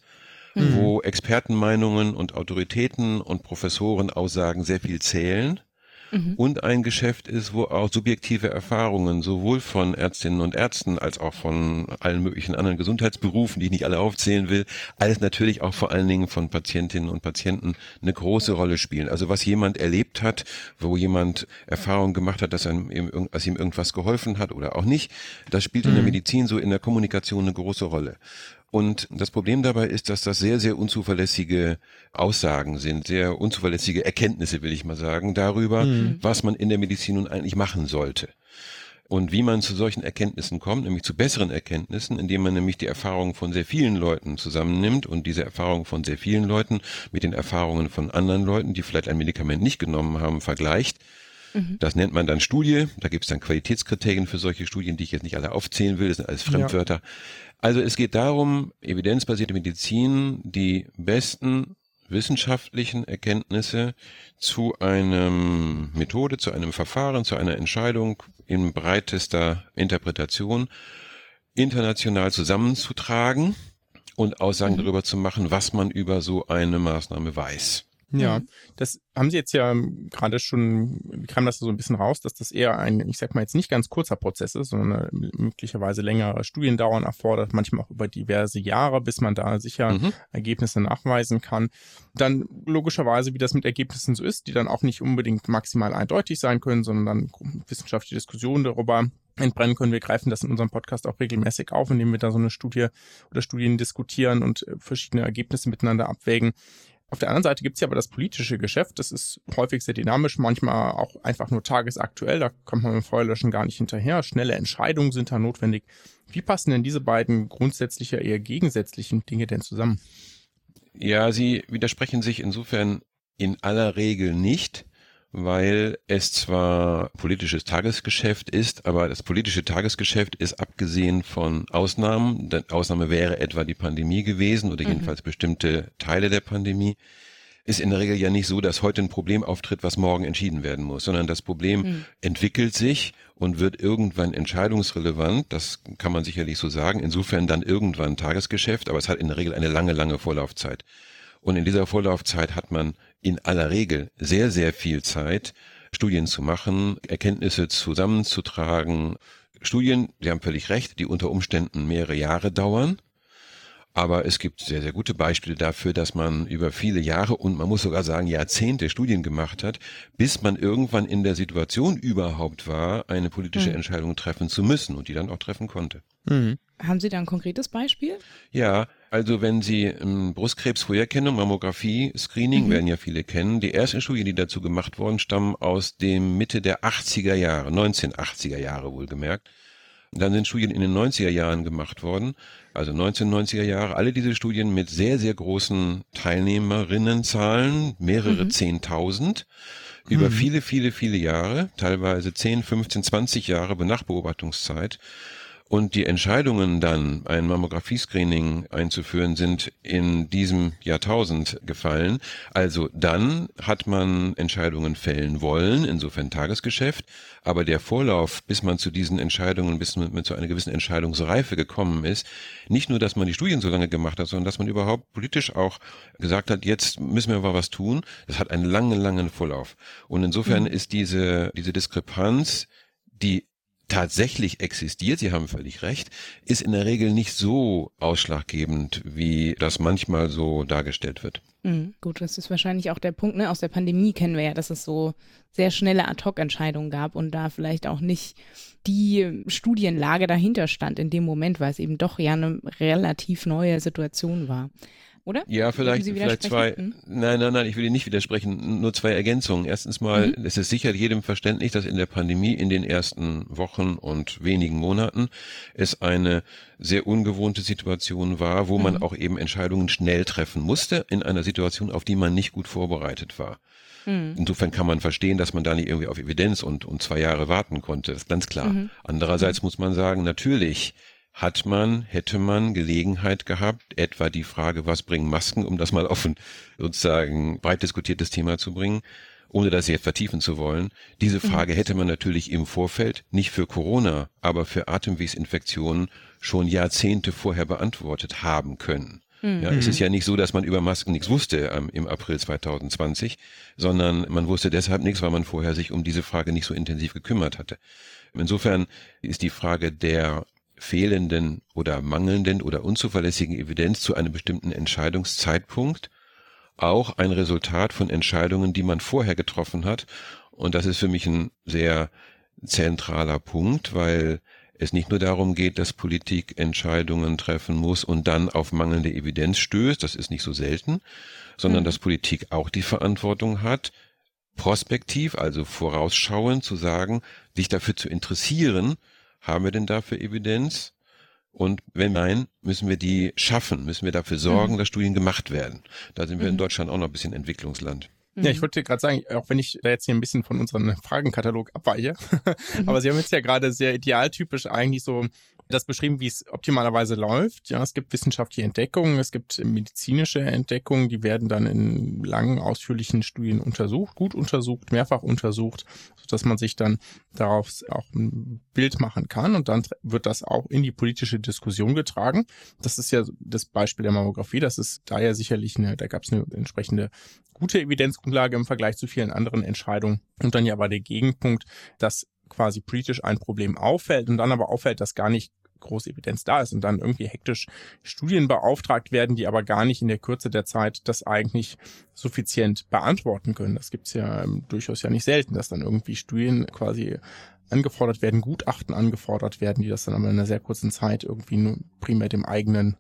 wo Expertenmeinungen und Autoritäten und Professorenaussagen sehr viel zählen. Und ein Geschäft ist, wo auch subjektive Erfahrungen sowohl von Ärztinnen und Ärzten als auch von allen möglichen anderen Gesundheitsberufen, die ich nicht alle aufzählen will, als natürlich auch vor allen Dingen von Patientinnen und Patienten eine große Rolle spielen. Also was jemand erlebt hat, wo jemand Erfahrung gemacht hat, dass ihm irgendwas geholfen hat oder auch nicht, das spielt in der Medizin so in der Kommunikation eine große Rolle. Und das Problem dabei ist, dass das sehr, sehr unzuverlässige Aussagen sind, sehr unzuverlässige Erkenntnisse, will ich mal sagen, darüber, was man in der Medizin nun eigentlich machen sollte. Und wie man zu solchen Erkenntnissen kommt, nämlich zu besseren Erkenntnissen, indem man nämlich die Erfahrungen von sehr vielen Leuten zusammennimmt und diese Erfahrungen von sehr vielen Leuten mit den Erfahrungen von anderen Leuten, die vielleicht ein Medikament nicht genommen haben, vergleicht. Das nennt man dann Studie. Da gibt es dann Qualitätskriterien für solche Studien, die ich jetzt nicht alle aufzählen will. Das sind alles Fremdwörter. Ja. Also es geht darum, evidenzbasierte Medizin, die besten wissenschaftlichen Erkenntnisse zu einem Methode, zu einem Verfahren, zu einer Entscheidung in breitester Interpretation international zusammenzutragen und Aussagen darüber zu machen, was man über so eine Maßnahme weiß. Ja, das haben Sie jetzt ja gerade schon, kam das so ein bisschen raus, dass das eher ein, ich sag mal jetzt nicht ganz kurzer Prozess ist, sondern möglicherweise längere Studiendauern erfordert, manchmal auch über diverse Jahre, bis man da sicher Ergebnisse nachweisen kann. Dann logischerweise, wie das mit Ergebnissen so ist, die dann auch nicht unbedingt maximal eindeutig sein können, sondern dann wissenschaftliche Diskussionen darüber entbrennen können. Wir greifen das in unserem Podcast auch regelmäßig auf, indem wir da so eine Studie oder Studien diskutieren und verschiedene Ergebnisse miteinander abwägen. Auf der anderen Seite gibt es ja aber das politische Geschäft. Das ist häufig sehr dynamisch, manchmal auch einfach nur tagesaktuell. Da kommt man mit dem Feuerlöschen gar nicht hinterher. Schnelle Entscheidungen sind da notwendig. Wie passen denn diese beiden grundsätzlich ja eher gegensätzlichen Dinge denn zusammen? Ja, sie widersprechen sich insofern in aller Regel nicht, weil es zwar politisches Tagesgeschäft ist, aber das politische Tagesgeschäft ist abgesehen von Ausnahmen, die Ausnahme wäre etwa die Pandemie gewesen oder jedenfalls bestimmte Teile der Pandemie, ist in der Regel ja nicht so, dass heute ein Problem auftritt, was morgen entschieden werden muss, sondern das Problem entwickelt sich und wird irgendwann entscheidungsrelevant, das kann man sicherlich so sagen, insofern dann irgendwann Tagesgeschäft, aber es hat in der Regel eine lange, lange Vorlaufzeit. Und in dieser Vorlaufzeit hat man in aller Regel sehr, sehr viel Zeit, Studien zu machen, Erkenntnisse zusammenzutragen. Studien, Sie haben völlig recht, die unter Umständen mehrere Jahre dauern. Aber es gibt sehr, sehr gute Beispiele dafür, dass man über viele Jahre und man muss sogar sagen Jahrzehnte Studien gemacht hat, bis man irgendwann in der Situation überhaupt war, eine politische Entscheidung treffen zu müssen und die dann auch treffen konnte. Haben Sie da ein konkretes Beispiel? Ja, also wenn Sie Brustkrebsfrüherkennung, Mammographie, Screening, werden ja viele kennen. Die ersten Studien, die dazu gemacht wurden, stammen aus dem Mitte der 80er Jahre, 1980er Jahre wohlgemerkt. Dann sind Studien in den 90er Jahren gemacht worden, also 1990er Jahre. Alle diese Studien mit sehr, sehr großen Teilnehmerinnenzahlen, mehrere 10.000, über viele, viele, viele Jahre, teilweise 10, 15, 20 Jahre Nachbeobachtungszeit. Und die Entscheidungen dann, ein Mammographie-Screening einzuführen, sind in diesem Jahrtausend gefallen. Also dann hat man Entscheidungen fällen wollen, insofern Tagesgeschäft. Aber der Vorlauf, bis man zu diesen Entscheidungen, bis man zu einer gewissen Entscheidungsreife gekommen ist, nicht nur, dass man die Studien so lange gemacht hat, sondern dass man überhaupt politisch auch gesagt hat, jetzt müssen wir mal was tun. Das hat einen langen, langen Vorlauf. Und insofern ist diese Diskrepanz, die tatsächlich existiert, Sie haben völlig recht, ist in der Regel nicht so ausschlaggebend, wie das manchmal so dargestellt wird. Gut, das ist wahrscheinlich auch der Punkt, ne? Aus der Pandemie kennen wir ja, dass es so sehr schnelle Ad-Hoc-Entscheidungen gab und da vielleicht auch nicht die Studienlage dahinter stand in dem Moment, weil es eben doch ja eine relativ neue Situation war. Oder? Ja, vielleicht zwei. Nein, ich will Ihnen nicht widersprechen. Nur zwei Ergänzungen. Erstens mal, es ist sicher jedem verständlich, dass in der Pandemie in den ersten Wochen und wenigen Monaten es eine sehr ungewohnte Situation war, wo man auch eben Entscheidungen schnell treffen musste in einer Situation, auf die man nicht gut vorbereitet war. Insofern kann man verstehen, dass man da nicht irgendwie auf Evidenz und 2 Jahre warten konnte. Das ist ganz klar. Andererseits muss man sagen, natürlich hätte man Gelegenheit gehabt, etwa die Frage, was bringen Masken, um das mal auf ein sozusagen breit diskutiertes Thema zu bringen, ohne das jetzt vertiefen zu wollen. Diese Frage hätte man natürlich im Vorfeld, nicht für Corona, aber für Atemwegsinfektionen schon Jahrzehnte vorher beantwortet haben können. Ja, es ist ja nicht so, dass man über Masken nichts wusste im April 2020, sondern man wusste deshalb nichts, weil man vorher sich um diese Frage nicht so intensiv gekümmert hatte. Insofern ist die Frage der fehlenden oder mangelnden oder unzuverlässigen Evidenz zu einem bestimmten Entscheidungszeitpunkt auch ein Resultat von Entscheidungen, die man vorher getroffen hat. Und das ist für mich ein sehr zentraler Punkt, weil es nicht nur darum geht, dass Politik Entscheidungen treffen muss und dann auf mangelnde Evidenz stößt, das ist nicht so selten, sondern dass Politik auch die Verantwortung hat, prospektiv, also vorausschauend zu sagen, sich dafür zu interessieren, haben wir denn dafür Evidenz? Und wenn nein, müssen wir die schaffen, müssen wir dafür sorgen, dass Studien gemacht werden. Da sind wir in Deutschland auch noch ein bisschen Entwicklungsland. Ja, ich wollte gerade sagen, auch wenn ich da jetzt hier ein bisschen von unserem Fragenkatalog abweiche, aber Sie haben jetzt ja gerade sehr idealtypisch eigentlich so das beschrieben, wie es optimalerweise läuft. Ja, es gibt wissenschaftliche Entdeckungen, es gibt medizinische Entdeckungen, die werden dann in langen, ausführlichen Studien untersucht, gut untersucht, mehrfach untersucht, sodass man sich dann darauf auch ein Bild machen kann und dann wird das auch in die politische Diskussion getragen. Das ist ja das Beispiel der Mammographie, das ist da ja sicherlich da gab es eine entsprechende gute Evidenzgrundlage im Vergleich zu vielen anderen Entscheidungen. Und dann ja aber der Gegenpunkt, dass quasi politisch ein Problem auffällt und dann aber auffällt, dass gar nicht große Evidenz da ist und dann irgendwie hektisch Studien beauftragt werden, die aber gar nicht in der Kürze der Zeit das eigentlich suffizient beantworten können. Das gibt's ja durchaus ja nicht selten, dass dann irgendwie Studien quasi angefordert werden, Gutachten angefordert werden, die das dann aber in einer sehr kurzen Zeit irgendwie nur primär der eigenen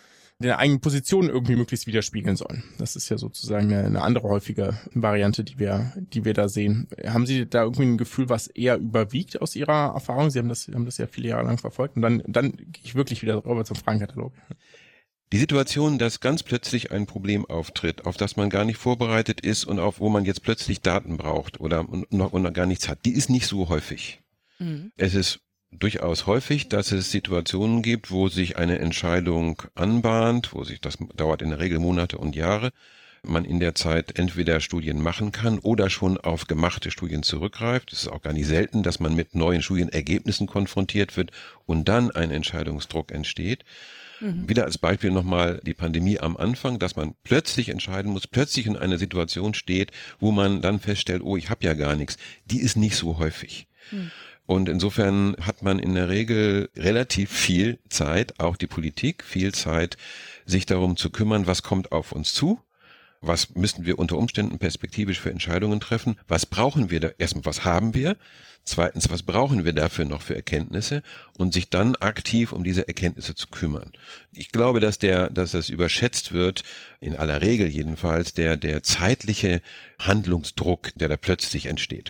Position irgendwie möglichst widerspiegeln sollen. Das ist ja sozusagen eine andere häufige Variante, die wir da sehen. Haben Sie da irgendwie ein Gefühl, was eher überwiegt aus Ihrer Erfahrung? Sie haben das ja viele Jahre lang verfolgt. Und dann gehe ich wirklich wieder rüber zum Fragenkatalog. Die Situation, dass ganz plötzlich ein Problem auftritt, auf das man gar nicht vorbereitet ist und auf wo man jetzt plötzlich Daten braucht oder noch gar nichts hat, die ist nicht so häufig. Es ist durchaus häufig, dass es Situationen gibt, wo sich eine Entscheidung anbahnt, das dauert in der Regel Monate und Jahre, man in der Zeit entweder Studien machen kann oder schon auf gemachte Studien zurückgreift. Es ist auch gar nicht selten, dass man mit neuen Studienergebnissen konfrontiert wird und dann ein Entscheidungsdruck entsteht. Wieder als Beispiel nochmal die Pandemie am Anfang, dass man plötzlich entscheiden muss, plötzlich in einer Situation steht, wo man dann feststellt, oh, ich habe ja gar nichts. Die ist nicht so häufig. Und insofern hat man in der Regel relativ viel Zeit, auch die Politik, viel Zeit, sich darum zu kümmern, was kommt auf uns zu, was müssen wir unter Umständen perspektivisch für Entscheidungen treffen, was brauchen wir da, erstmal was haben wir, zweitens, was brauchen wir dafür noch für Erkenntnisse und sich dann aktiv um diese Erkenntnisse zu kümmern. Ich glaube, dass das überschätzt wird, in aller Regel jedenfalls, der zeitliche Handlungsdruck, der da plötzlich entsteht.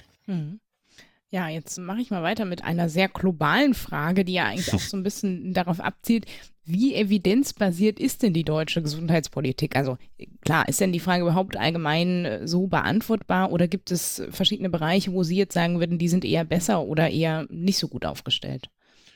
Ja, jetzt mache ich mal weiter mit einer sehr globalen Frage, die ja eigentlich auch so ein bisschen darauf abzielt, wie evidenzbasiert ist denn die deutsche Gesundheitspolitik? Also klar, ist denn die Frage überhaupt allgemein so beantwortbar oder gibt es verschiedene Bereiche, wo Sie jetzt sagen würden, die sind eher besser oder eher nicht so gut aufgestellt?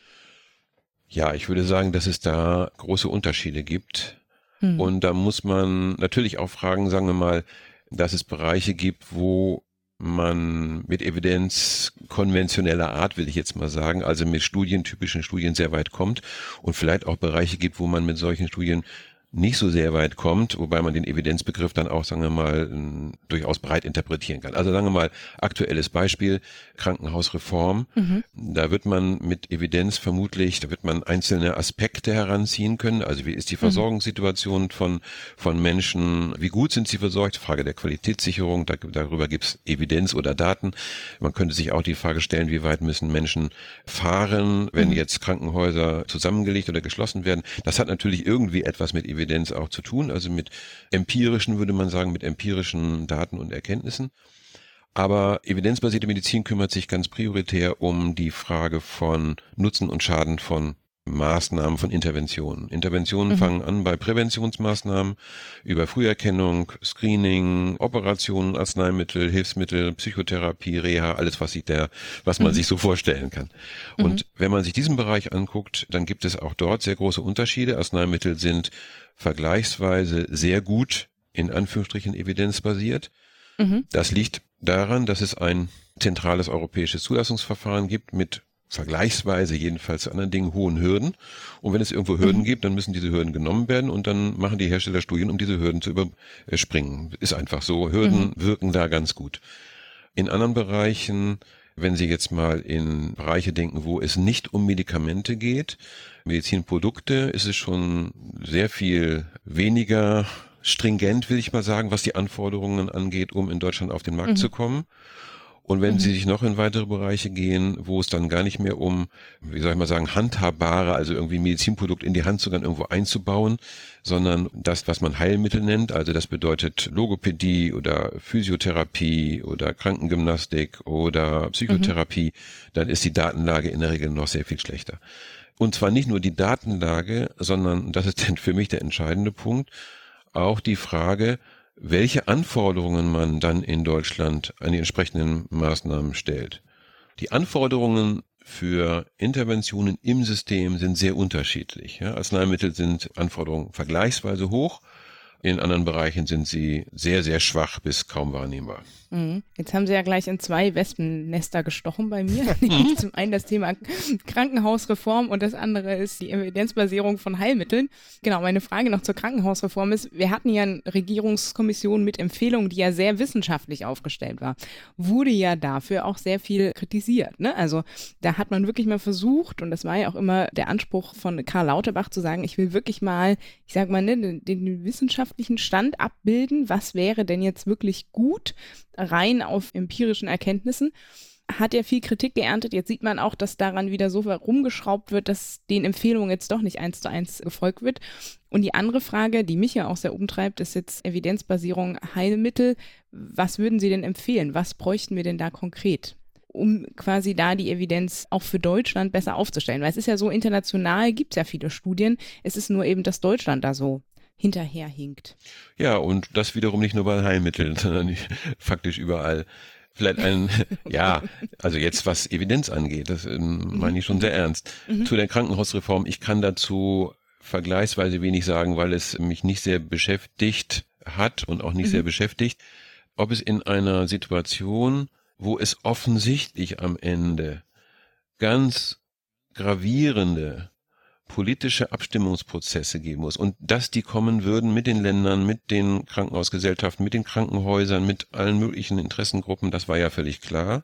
Ja, ich würde sagen, dass es da große Unterschiede gibt. Und da muss man natürlich auch fragen, sagen wir mal, dass es Bereiche gibt, wo man mit Evidenz konventioneller Art, will ich jetzt mal sagen, also mit typischen Studien sehr weit kommt und vielleicht auch Bereiche gibt, wo man mit solchen Studien nicht so sehr weit kommt, wobei man den Evidenzbegriff dann auch, sagen wir mal, durchaus breit interpretieren kann. Also sagen wir mal, aktuelles Beispiel, Krankenhausreform. Da wird man mit Evidenz da wird man einzelne Aspekte heranziehen können. Also wie ist die Versorgungssituation von Menschen? Wie gut sind sie versorgt? Frage der Qualitätssicherung. Darüber gibt es Evidenz oder Daten. Man könnte sich auch die Frage stellen, wie weit müssen Menschen fahren, wenn jetzt Krankenhäuser zusammengelegt oder geschlossen werden. Das hat natürlich irgendwie etwas mit Evidenz auch zu tun, also mit empirischen, würde man sagen, mit empirischen Daten und Erkenntnissen. Aber evidenzbasierte Medizin kümmert sich ganz prioritär um die Frage von Nutzen und Schaden von Maßnahmen, von Interventionen. Interventionen fangen an bei Präventionsmaßnahmen über Früherkennung, Screening, Operationen, Arzneimittel, Hilfsmittel, Psychotherapie, Reha, alles was man sich so vorstellen kann. Und wenn man sich diesen Bereich anguckt, dann gibt es auch dort sehr große Unterschiede. Arzneimittel sind vergleichsweise sehr gut, in Anführungsstrichen evidenzbasiert. Das liegt daran, dass es ein zentrales europäisches Zulassungsverfahren gibt mit vergleichsweise jedenfalls zu anderen Dingen hohen Hürden. Und wenn es irgendwo Hürden gibt, dann müssen diese Hürden genommen werden und dann machen die Hersteller Studien, um diese Hürden zu überspringen. Ist einfach so. Hürden wirken da ganz gut. In anderen Bereichen, wenn Sie jetzt mal in Bereiche denken, wo es nicht um Medikamente geht, Medizinprodukte, ist es schon sehr viel weniger stringent, will ich mal sagen, was die Anforderungen angeht, um in Deutschland auf den Markt zu kommen. Und wenn Sie sich noch in weitere Bereiche gehen, wo es dann gar nicht mehr um, wie soll ich mal sagen, handhabbare, also irgendwie ein Medizinprodukt in die Hand sogar irgendwo einzubauen, sondern das, was man Heilmittel nennt, also das bedeutet Logopädie oder Physiotherapie oder Krankengymnastik oder Psychotherapie, dann ist die Datenlage in der Regel noch sehr viel schlechter. Und zwar nicht nur die Datenlage, sondern, das ist für mich der entscheidende Punkt, auch die Frage, welche Anforderungen man dann in Deutschland an die entsprechenden Maßnahmen stellt. Die Anforderungen für Interventionen im System sind sehr unterschiedlich. Ja, Arzneimittel sind Anforderungen vergleichsweise hoch. In anderen Bereichen sind sie sehr, sehr schwach bis kaum wahrnehmbar. Jetzt haben Sie ja gleich in 2 Wespennester gestochen bei mir. Zum einen das Thema Krankenhausreform und das andere ist die Evidenzbasierung von Heilmitteln. Genau, meine Frage noch zur Krankenhausreform ist, wir hatten ja eine Regierungskommission mit Empfehlungen, die ja sehr wissenschaftlich aufgestellt war. Wurde ja dafür auch sehr viel kritisiert, ne? Also da hat man wirklich mal versucht, und das war ja auch immer der Anspruch von Karl Lauterbach zu sagen, ich will wirklich mal, ich sag mal, ne, den wissenschaftlichen Stand abbilden, was wäre denn jetzt wirklich gut, rein auf empirischen Erkenntnissen, hat ja viel Kritik geerntet. Jetzt sieht man auch, dass daran wieder so rumgeschraubt wird, dass den Empfehlungen jetzt doch nicht 1:1 gefolgt wird. Und die andere Frage, die mich ja auch sehr umtreibt, ist jetzt Evidenzbasierung Heilmittel. Was würden Sie denn empfehlen? Was bräuchten wir denn da konkret, um quasi da die Evidenz auch für Deutschland besser aufzustellen? Weil es ist ja so, international gibt es ja viele Studien. Es ist nur eben, dass Deutschland da so hinterherhinkt. Ja, und das wiederum nicht nur bei Heilmitteln, sondern faktisch überall. Vielleicht also jetzt was Evidenz angeht, das meine ich schon sehr ernst. Zu der Krankenhausreform, ich kann dazu vergleichsweise wenig sagen, weil es mich nicht sehr beschäftigt hat und auch nicht sehr beschäftigt, ob es in einer Situation, wo es offensichtlich am Ende ganz gravierende politische Abstimmungsprozesse geben muss und dass die kommen würden mit den Ländern, mit den Krankenhausgesellschaften, mit den Krankenhäusern, mit allen möglichen Interessengruppen, das war ja völlig klar.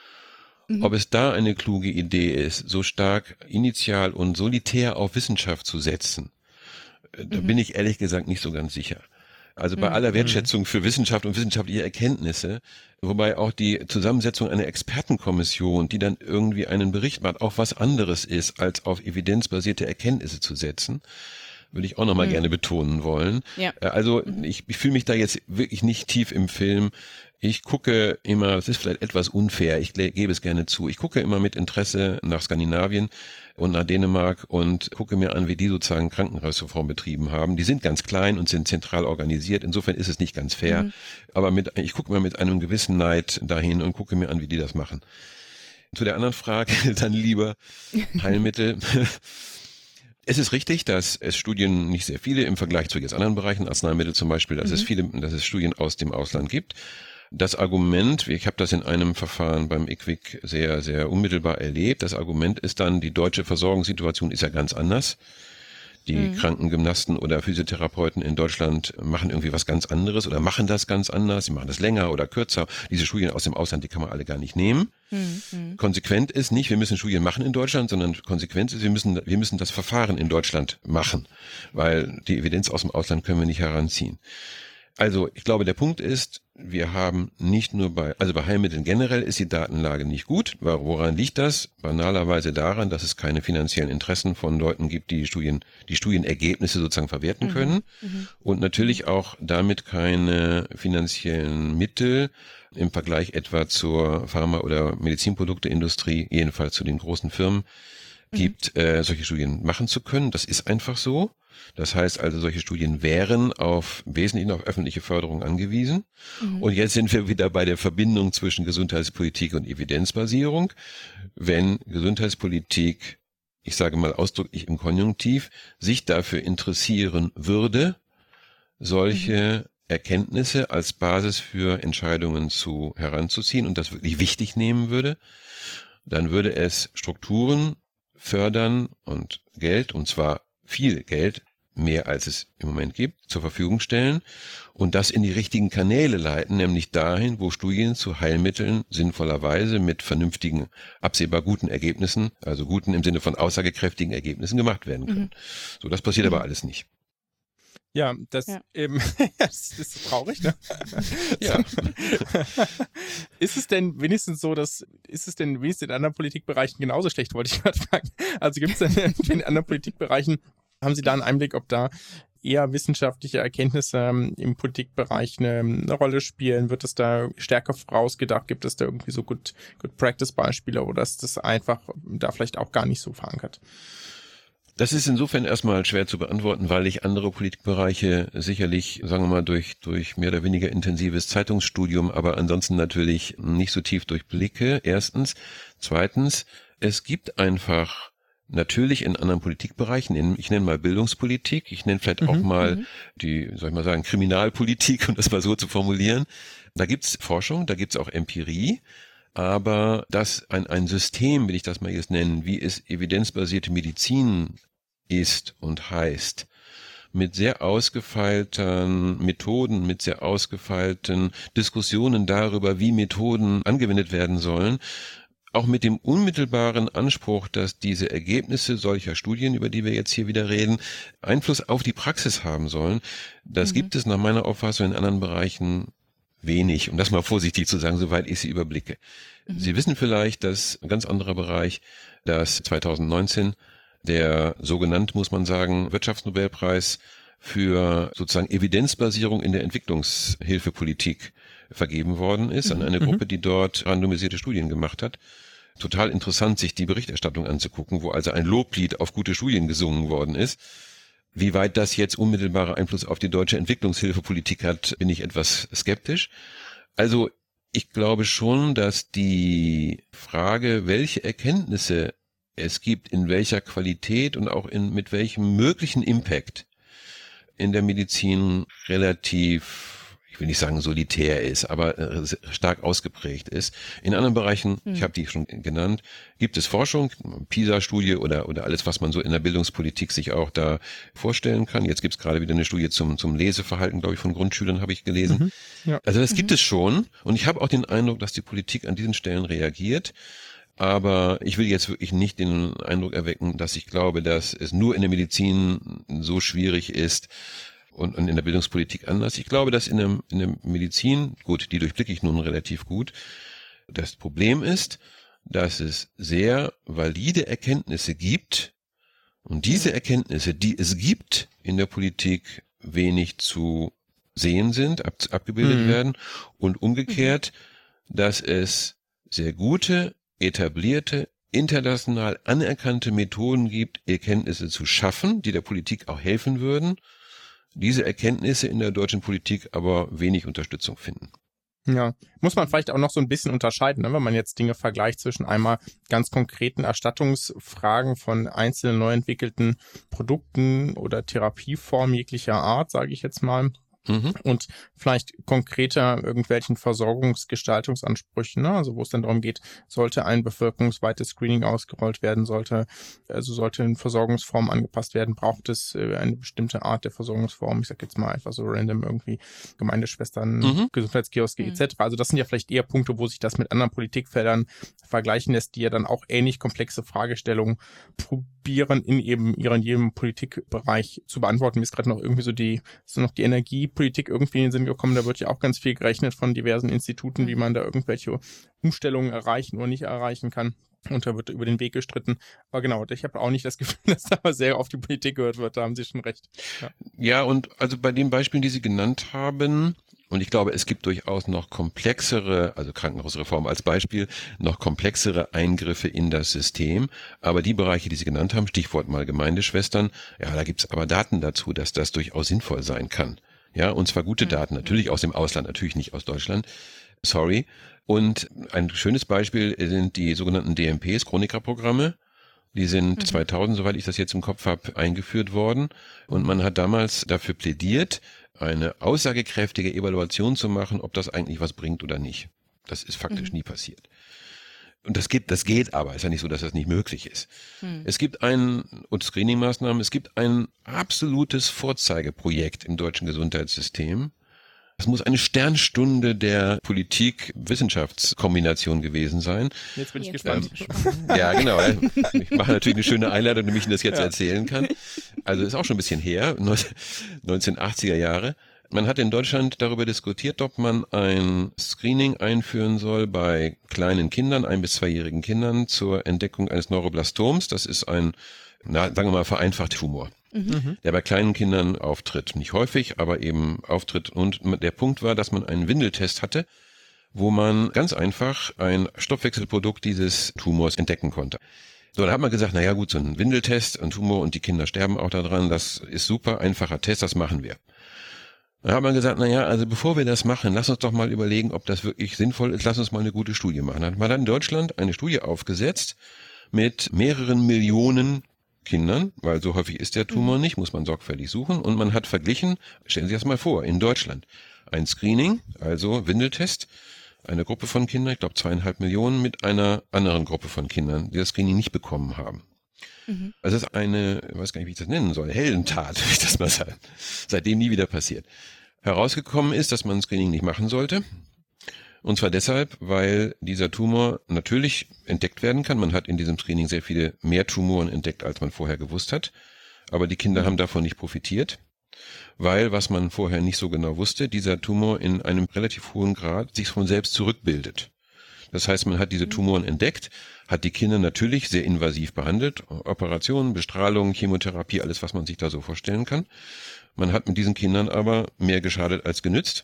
Ob es da eine kluge Idee ist, so stark initial und solitär auf Wissenschaft zu setzen, da bin ich ehrlich gesagt nicht so ganz sicher. Also bei aller Wertschätzung für Wissenschaft und wissenschaftliche Erkenntnisse, wobei auch die Zusammensetzung einer Expertenkommission, die dann irgendwie einen Bericht macht, auch was anderes ist, als auf evidenzbasierte Erkenntnisse zu setzen, würde ich auch nochmal gerne betonen wollen. Ja. Also ich fühle mich da jetzt wirklich nicht tief im Film. Ich gucke immer, das ist vielleicht etwas unfair, ich gebe es gerne zu, ich gucke immer mit Interesse nach Skandinavien und nach Dänemark und gucke mir an, wie die sozusagen Krankenhausreform betrieben haben. Die sind ganz klein und sind zentral organisiert, insofern ist es nicht ganz fair, aber ich gucke mal mit einem gewissen Neid dahin und gucke mir an, wie die das machen. Zu der anderen Frage, dann lieber Heilmittel. Es ist richtig, dass es Studien, nicht sehr viele im Vergleich zu jetzt anderen Bereichen, Arzneimittel zum Beispiel, dass es Studien aus dem Ausland gibt. Das Argument, ich habe das in einem Verfahren beim IQWiC sehr, sehr unmittelbar erlebt, das Argument ist dann, die deutsche Versorgungssituation ist ja ganz anders. Die Krankengymnasten oder Physiotherapeuten in Deutschland machen irgendwie was ganz anderes oder machen das ganz anders, sie machen das länger oder kürzer. Diese Studien aus dem Ausland, die kann man alle gar nicht nehmen. Konsequent ist nicht, wir müssen Studien machen in Deutschland, sondern konsequent ist, wir müssen das Verfahren in Deutschland machen, weil die Evidenz aus dem Ausland können wir nicht heranziehen. Also ich glaube, der Punkt ist, wir haben nicht nur bei Heilmitteln generell ist die Datenlage nicht gut. Woran liegt das? Banalerweise daran, dass es keine finanziellen Interessen von Leuten gibt, die Studienergebnisse sozusagen verwerten können. Und natürlich auch damit keine finanziellen Mittel im Vergleich etwa zur Pharma- oder Medizinprodukteindustrie, jedenfalls zu den großen Firmen, gibt, solche Studien machen zu können. Das ist einfach so. Das heißt also, solche Studien wären wesentlich auf öffentliche Förderung angewiesen. Und jetzt sind wir wieder bei der Verbindung zwischen Gesundheitspolitik und Evidenzbasierung. Wenn Gesundheitspolitik, ich sage mal ausdrücklich im Konjunktiv, sich dafür interessieren würde, solche Erkenntnisse als Basis für Entscheidungen heranzuziehen und das wirklich wichtig nehmen würde, dann würde es Strukturen fördern und Geld, und zwar viel Geld, mehr als es im Moment gibt, zur Verfügung stellen und das in die richtigen Kanäle leiten, nämlich dahin, wo Studien zu Heilmitteln sinnvollerweise mit vernünftigen, absehbar guten Ergebnissen, also guten im Sinne von aussagekräftigen Ergebnissen gemacht werden können. So, das passiert aber alles nicht. Ja, das ist traurig, ne? Ja. Ist es denn wenigstens in anderen Politikbereichen genauso schlecht, wollte ich gerade fragen. Also gibt es denn in anderen Politikbereichen, haben Sie da einen Einblick, ob da eher wissenschaftliche Erkenntnisse im Politikbereich eine Rolle spielen? Wird es da stärker vorausgedacht? Gibt es da irgendwie so Good Practice Beispiele oder ist das einfach da vielleicht auch gar nicht so verankert? Das ist insofern erstmal schwer zu beantworten, weil ich andere Politikbereiche sicherlich, sagen wir mal, durch mehr oder weniger intensives Zeitungsstudium, aber ansonsten natürlich nicht so tief durchblicke. Erstens. Zweitens, es gibt einfach natürlich in anderen Politikbereichen, ich nenne mal Bildungspolitik, ich nenne vielleicht auch mal die, soll ich mal sagen, Kriminalpolitik, um das mal so zu formulieren. Da gibt's Forschung, da gibt's auch Empirie. Aber das ein System, will ich das mal jetzt nennen, wie es evidenzbasierte Medizin ist und heißt, mit sehr ausgefeilten Methoden, mit sehr ausgefeilten Diskussionen darüber, wie Methoden angewendet werden sollen, auch mit dem unmittelbaren Anspruch, dass diese Ergebnisse solcher Studien, über die wir jetzt hier wieder reden, Einfluss auf die Praxis haben sollen. Das gibt es nach meiner Auffassung in anderen Bereichen wenig, um das mal vorsichtig zu sagen, soweit ich sie überblicke. Sie wissen vielleicht, dass ein ganz anderer Bereich, dass 2019 der sogenannte, muss man sagen, Wirtschaftsnobelpreis für sozusagen Evidenzbasierung in der Entwicklungshilfepolitik vergeben worden ist an eine Gruppe, die dort randomisierte Studien gemacht hat. Total interessant, sich die Berichterstattung anzugucken, wo also ein Loblied auf gute Studien gesungen worden ist. Wie weit das jetzt unmittelbare Einfluss auf die deutsche Entwicklungshilfepolitik hat, bin ich etwas skeptisch. Also ich glaube schon, dass die Frage, welche Erkenntnisse es gibt, in welcher Qualität und auch mit welchem möglichen Impact in der Medizin relativ, ich will nicht sagen solitär ist, aber stark ausgeprägt ist. In anderen Bereichen, ich habe die schon genannt, gibt es Forschung, PISA-Studie oder alles, was man so in der Bildungspolitik sich auch da vorstellen kann. Jetzt gibt es gerade wieder eine Studie zum Leseverhalten, glaube ich, von Grundschülern, habe ich gelesen. Ja. Also das gibt es schon und ich habe auch den Eindruck, dass die Politik an diesen Stellen reagiert. Aber ich will jetzt wirklich nicht den Eindruck erwecken, dass ich glaube, dass es nur in der Medizin so schwierig ist und in der Bildungspolitik anders. Ich glaube, dass in der Medizin, gut, die durchblicke ich nun relativ gut, das Problem ist, dass es sehr valide Erkenntnisse gibt und diese Erkenntnisse, die es gibt in der Politik, wenig zu sehen sind, abgebildet werden und umgekehrt, dass es sehr gute, etablierte, international anerkannte Methoden gibt, Erkenntnisse zu schaffen, die der Politik auch helfen würden, diese Erkenntnisse in der deutschen Politik aber wenig Unterstützung finden. Ja, muss man vielleicht auch noch so ein bisschen unterscheiden, ne? Wenn man jetzt Dinge vergleicht zwischen einmal ganz konkreten Erstattungsfragen von einzelnen neu entwickelten Produkten oder Therapieformen jeglicher Art, sage ich jetzt mal, und vielleicht konkreter irgendwelchen Versorgungsgestaltungsansprüchen, ne? Also wo es dann darum geht, sollte ein bevölkerungsweites Screening ausgerollt werden, sollte eine Versorgungsform angepasst werden, braucht es eine bestimmte Art der Versorgungsform, ich sag jetzt mal einfach so random irgendwie Gemeindeschwestern, Gesundheitskioske etc. Also das sind ja vielleicht eher Punkte, wo sich das mit anderen Politikfeldern vergleichen lässt, die ja dann auch ähnlich komplexe Fragestellungen probieren, in jedem Politikbereich zu beantworten. Mir ist gerade noch irgendwie so die Energiepolitik irgendwie in den Sinn gekommen, da wird ja auch ganz viel gerechnet von diversen Instituten, wie man da irgendwelche Umstellungen erreichen oder nicht erreichen kann. Und da wird über den Weg gestritten. Aber genau, ich habe auch nicht das Gefühl, dass da aber sehr auf die Politik gehört wird, da haben Sie schon recht. Ja, und also bei den Beispielen, die Sie genannt haben, und ich glaube, es gibt durchaus noch komplexere, also Krankenhausreform als Beispiel, noch komplexere Eingriffe in das System. Aber die Bereiche, die Sie genannt haben, Stichwort mal Gemeindeschwestern, ja, da gibt es aber Daten dazu, dass das durchaus sinnvoll sein kann. Ja, und zwar gute Daten, natürlich aus dem Ausland, natürlich nicht aus Deutschland. Sorry. Und ein schönes Beispiel sind die sogenannten DMPs, Chronikerprogramme. Die sind 2000, soweit ich das jetzt im Kopf habe, eingeführt worden. Und man hat damals dafür plädiert, eine aussagekräftige Evaluation zu machen, ob das eigentlich was bringt oder nicht. Das ist faktisch nie passiert. Und das geht aber, ist ja nicht so, dass das nicht möglich ist. Es gibt und Screening-Maßnahmen, es gibt ein absolutes Vorzeigeprojekt im deutschen Gesundheitssystem. Es muss eine Sternstunde der Politik-Wissenschaftskombination gewesen sein. Jetzt bin ich gespannt. Ja, genau. Ich mache natürlich eine schöne Einleitung, damit ich Ihnen das jetzt erzählen kann. Also ist auch schon ein bisschen her, 1980er Jahre. Man hat in Deutschland darüber diskutiert, ob man ein Screening einführen soll bei kleinen Kindern, 1- bis 2-jährigen Kindern, zur Entdeckung eines Neuroblastoms. Das ist ein, sagen wir mal, vereinfachter Tumor, der bei kleinen Kindern auftritt. Nicht häufig, aber eben auftritt. Und der Punkt war, dass man einen Windeltest hatte, wo man ganz einfach ein Stoffwechselprodukt dieses Tumors entdecken konnte. So, da hat man gesagt, naja gut, so ein Windeltest, ein Tumor und die Kinder sterben auch daran, das ist super, einfacher Test, das machen wir. Da hat man gesagt, naja, also bevor wir das machen, lass uns doch mal überlegen, ob das wirklich sinnvoll ist, lass uns mal eine gute Studie machen. Da hat man dann in Deutschland eine Studie aufgesetzt mit mehreren Millionen Kindern, weil so häufig ist der Tumor nicht, muss man sorgfältig suchen. Und man hat verglichen, stellen Sie das mal vor, in Deutschland ein Screening, also Windeltest, eine Gruppe von Kindern, ich glaube 2,5 Millionen, mit einer anderen Gruppe von Kindern, die das Screening nicht bekommen haben. Also das ist eine, ich weiß gar nicht, wie ich das nennen soll, Heldentat, will ich das mal sagen. Seitdem nie wieder passiert. Herausgekommen ist, dass man ein Screening nicht machen sollte. Und zwar deshalb, weil dieser Tumor natürlich entdeckt werden kann. Man hat in diesem Screening sehr viele mehr Tumoren entdeckt, als man vorher gewusst hat. Aber die Kinder haben davon nicht profitiert, weil, was man vorher nicht so genau wusste, dieser Tumor in einem relativ hohen Grad sich von selbst zurückbildet. Das heißt, man hat diese Tumoren entdeckt, hat die Kinder natürlich sehr invasiv behandelt, Operationen, Bestrahlung, Chemotherapie, alles, was man sich da so vorstellen kann. Man hat mit diesen Kindern aber mehr geschadet als genützt,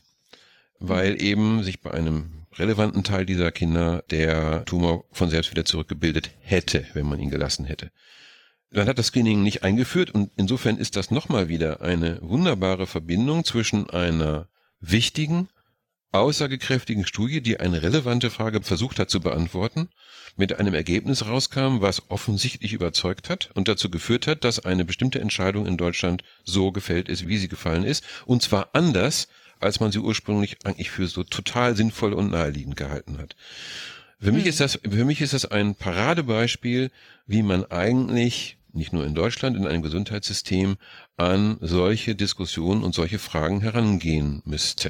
weil eben sich bei einem relevanten Teil dieser Kinder der Tumor von selbst wieder zurückgebildet hätte, wenn man ihn gelassen hätte. Man hat das Screening nicht eingeführt und insofern ist das nochmal wieder eine wunderbare Verbindung zwischen einer wichtigen, aussagekräftigen Studie, die eine relevante Frage versucht hat zu beantworten, mit einem Ergebnis rauskam, was offensichtlich überzeugt hat und dazu geführt hat, dass eine bestimmte Entscheidung in Deutschland so gefällt ist, wie sie gefallen ist, und zwar anders, als man sie ursprünglich eigentlich für so total sinnvoll und naheliegend gehalten hat. Für mich ist das ein Paradebeispiel, wie man eigentlich nicht nur in Deutschland in einem Gesundheitssystem an solche Diskussionen und solche Fragen herangehen müsste.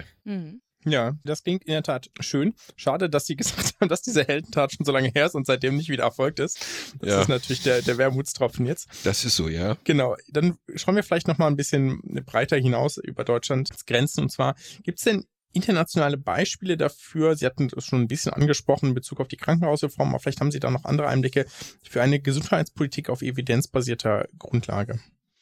Ja, das klingt in der Tat schön. Schade, dass Sie gesagt haben, dass diese Heldentat schon so lange her ist und seitdem nicht wieder erfolgt ist. Das ist natürlich der Wermutstropfen jetzt. Das ist so, ja. Genau. Dann schauen wir vielleicht noch mal ein bisschen breiter hinaus über Deutschlands Grenzen. Und zwar, gibt es denn internationale Beispiele dafür? Sie hatten es schon ein bisschen angesprochen in Bezug auf die Krankenhausreform, aber vielleicht haben Sie da noch andere Einblicke für eine Gesundheitspolitik auf evidenzbasierter Grundlage.